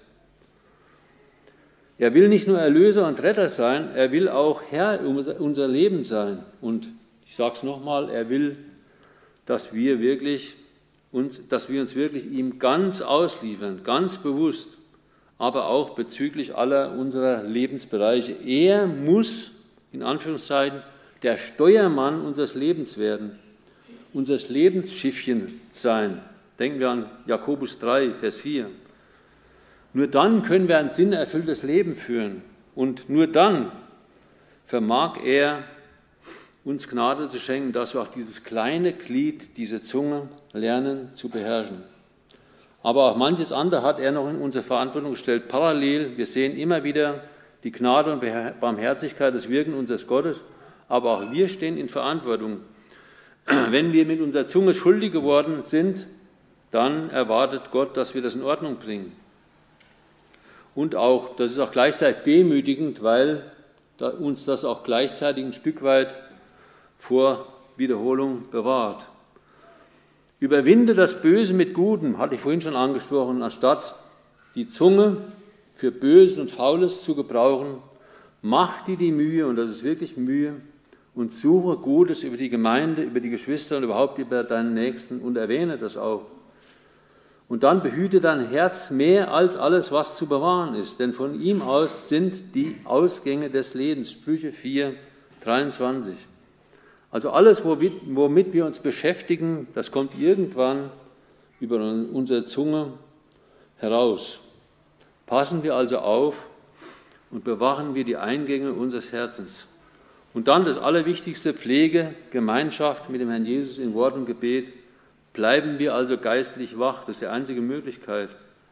Er will nicht nur Erlöser und Retter sein, er will auch Herr unser Leben sein. Und ich sage es nochmal, er will, dass wir, wirklich uns, dass wir uns wirklich ihm ganz ausliefern, ganz bewusst, aber auch bezüglich aller unserer Lebensbereiche. Er muss, in Anführungszeichen, der Steuermann unseres Lebens werden, unseres Lebensschiffchen sein. Denken wir an Jakobus drei, Vers vier. Nur dann können wir ein sinnerfülltes Leben führen und nur dann vermag er, uns Gnade zu schenken, dass wir auch dieses kleine Glied, diese Zunge lernen zu beherrschen. Aber auch manches andere hat er noch in unsere Verantwortung gestellt. Parallel, wir sehen immer wieder die Gnade und Barmherzigkeit, das Wirken unseres Gottes, aber auch wir stehen in Verantwortung. Wenn wir mit unserer Zunge schuldig geworden sind, dann erwartet Gott, dass wir das in Ordnung bringen. Und auch, das ist auch gleichzeitig demütigend, weil uns das auch gleichzeitig ein Stück weit vor Wiederholung bewahrt. Überwinde das Böse mit Gutem, hatte ich vorhin schon angesprochen, anstatt die Zunge für Böses und Faules zu gebrauchen, mach dir die Mühe, und das ist wirklich Mühe, und suche Gutes über die Gemeinde, über die Geschwister und überhaupt über deinen Nächsten und erwähne das auch. Und dann behüte dein Herz mehr als alles, was zu bewahren ist, denn von ihm aus sind die Ausgänge des Lebens. Sprüche vier, dreiundzwanzig. Also alles, womit wir uns beschäftigen, das kommt irgendwann über unsere Zunge heraus. Passen wir also auf und bewachen wir die Eingänge unseres Herzens. Und dann das Allerwichtigste, Pflege, Gemeinschaft mit dem Herrn Jesus in Wort und Gebet. Bleiben wir also geistlich wach, das ist die einzige Möglichkeit.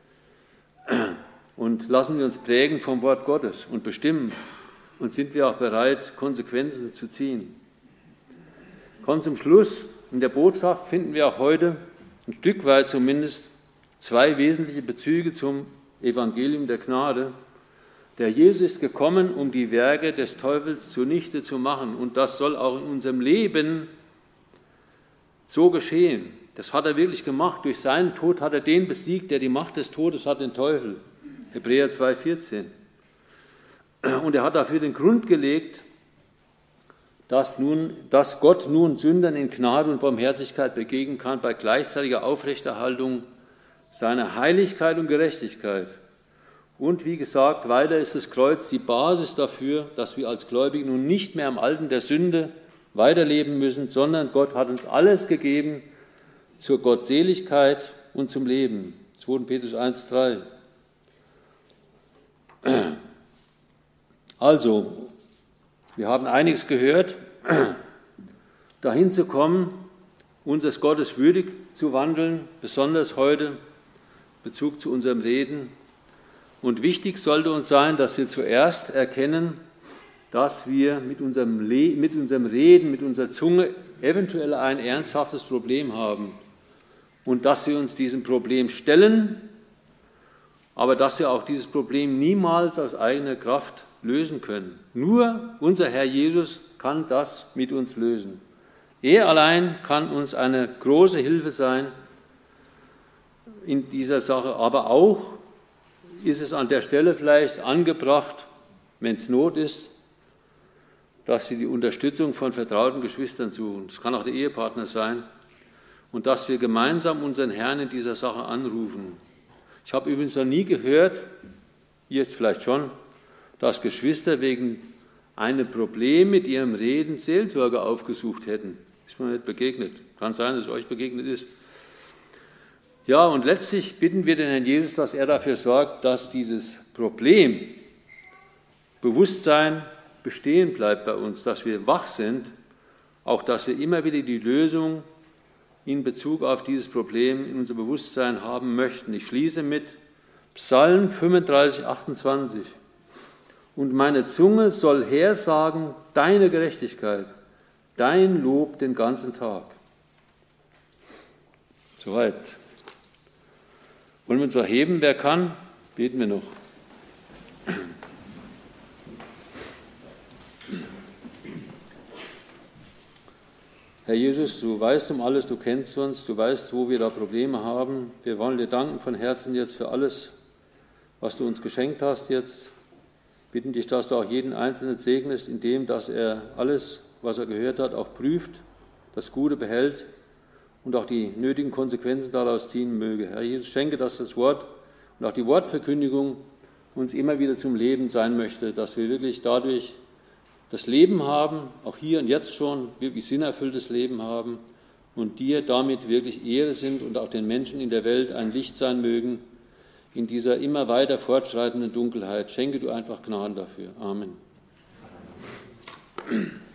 Und lassen wir uns prägen vom Wort Gottes und bestimmen. Und sind wir auch bereit, Konsequenzen zu ziehen. Kommt zum Schluss. In der Botschaft finden wir auch heute, ein Stück weit zumindest, zwei wesentliche Bezüge zum Evangelium der Gnade. Der Jesus ist gekommen, um die Werke des Teufels zunichte zu machen. Und das soll auch in unserem Leben so geschehen. Das hat er wirklich gemacht. Durch seinen Tod hat er den besiegt, der die Macht des Todes hat, den Teufel. Hebräer zwei, vierzehn. Und er hat dafür den Grund gelegt, dass, nun, dass Gott nun Sündern in Gnade und Barmherzigkeit begegnen kann, bei gleichzeitiger Aufrechterhaltung seiner Heiligkeit und Gerechtigkeit. Und wie gesagt, weiter ist das Kreuz die Basis dafür, dass wir als Gläubige nun nicht mehr am Alten der Sünde weiterleben müssen, sondern Gott hat uns alles gegeben zur Gottseligkeit und zum Leben. zweiter Petrus eins, drei. Also, wir haben einiges gehört, dahin zu kommen, unseres Gottes würdig zu wandeln, besonders heute in Bezug zu unserem Reden. Und wichtig sollte uns sein, dass wir zuerst erkennen, dass wir mit unserem, Le- mit unserem Reden, mit unserer Zunge eventuell ein ernsthaftes Problem haben und dass wir uns diesem Problem stellen, aber dass wir auch dieses Problem niemals aus eigener Kraft lösen können. Nur unser Herr Jesus kann das mit uns lösen. Er allein kann uns eine große Hilfe sein in dieser Sache, aber auch ist es an der Stelle vielleicht angebracht, wenn es Not ist, dass sie die Unterstützung von vertrauten Geschwistern suchen. Das kann auch der Ehepartner sein. und dass wir gemeinsam unseren Herrn in dieser Sache anrufen. Ich habe übrigens noch nie gehört, ihr vielleicht schon, dass Geschwister wegen einem Problem mit ihrem Reden Seelsorger aufgesucht hätten. Ist mir nicht begegnet. Kann sein, dass es euch begegnet ist. Ja, und letztlich bitten wir den Herrn Jesus, dass er dafür sorgt, dass dieses Problem Bewusstsein bestehen bleibt bei uns, dass wir wach sind, auch dass wir immer wieder die Lösung in Bezug auf dieses Problem in unser Bewusstsein haben möchten. Ich schließe mit Psalm fünfunddreißig, achtundzwanzig. Und meine Zunge soll hersagen deine Gerechtigkeit, dein Lob den ganzen Tag. Soweit. Wollen wir uns erheben? Wer kann? Beten wir noch. Herr Jesus, du weißt um alles, du kennst uns, du weißt, wo wir da Probleme haben. Wir wollen dir danken von Herzen jetzt für alles, was du uns geschenkt hast jetzt. Bitten dich, dass du auch jeden Einzelnen segnest, indem, dass er alles, was er gehört hat, auch prüft, das Gute behält und auch die nötigen Konsequenzen daraus ziehen möge. Herr Jesus, schenke, dass das Wort und auch die Wortverkündigung uns immer wieder zum Leben sein möchte, dass wir wirklich dadurch das Leben haben, auch hier und jetzt schon, wirklich sinnerfülltes Leben haben und dir damit wirklich Ehre sind und auch den Menschen in der Welt ein Licht sein mögen in dieser immer weiter fortschreitenden Dunkelheit. Schenke du einfach Gnaden dafür. Amen.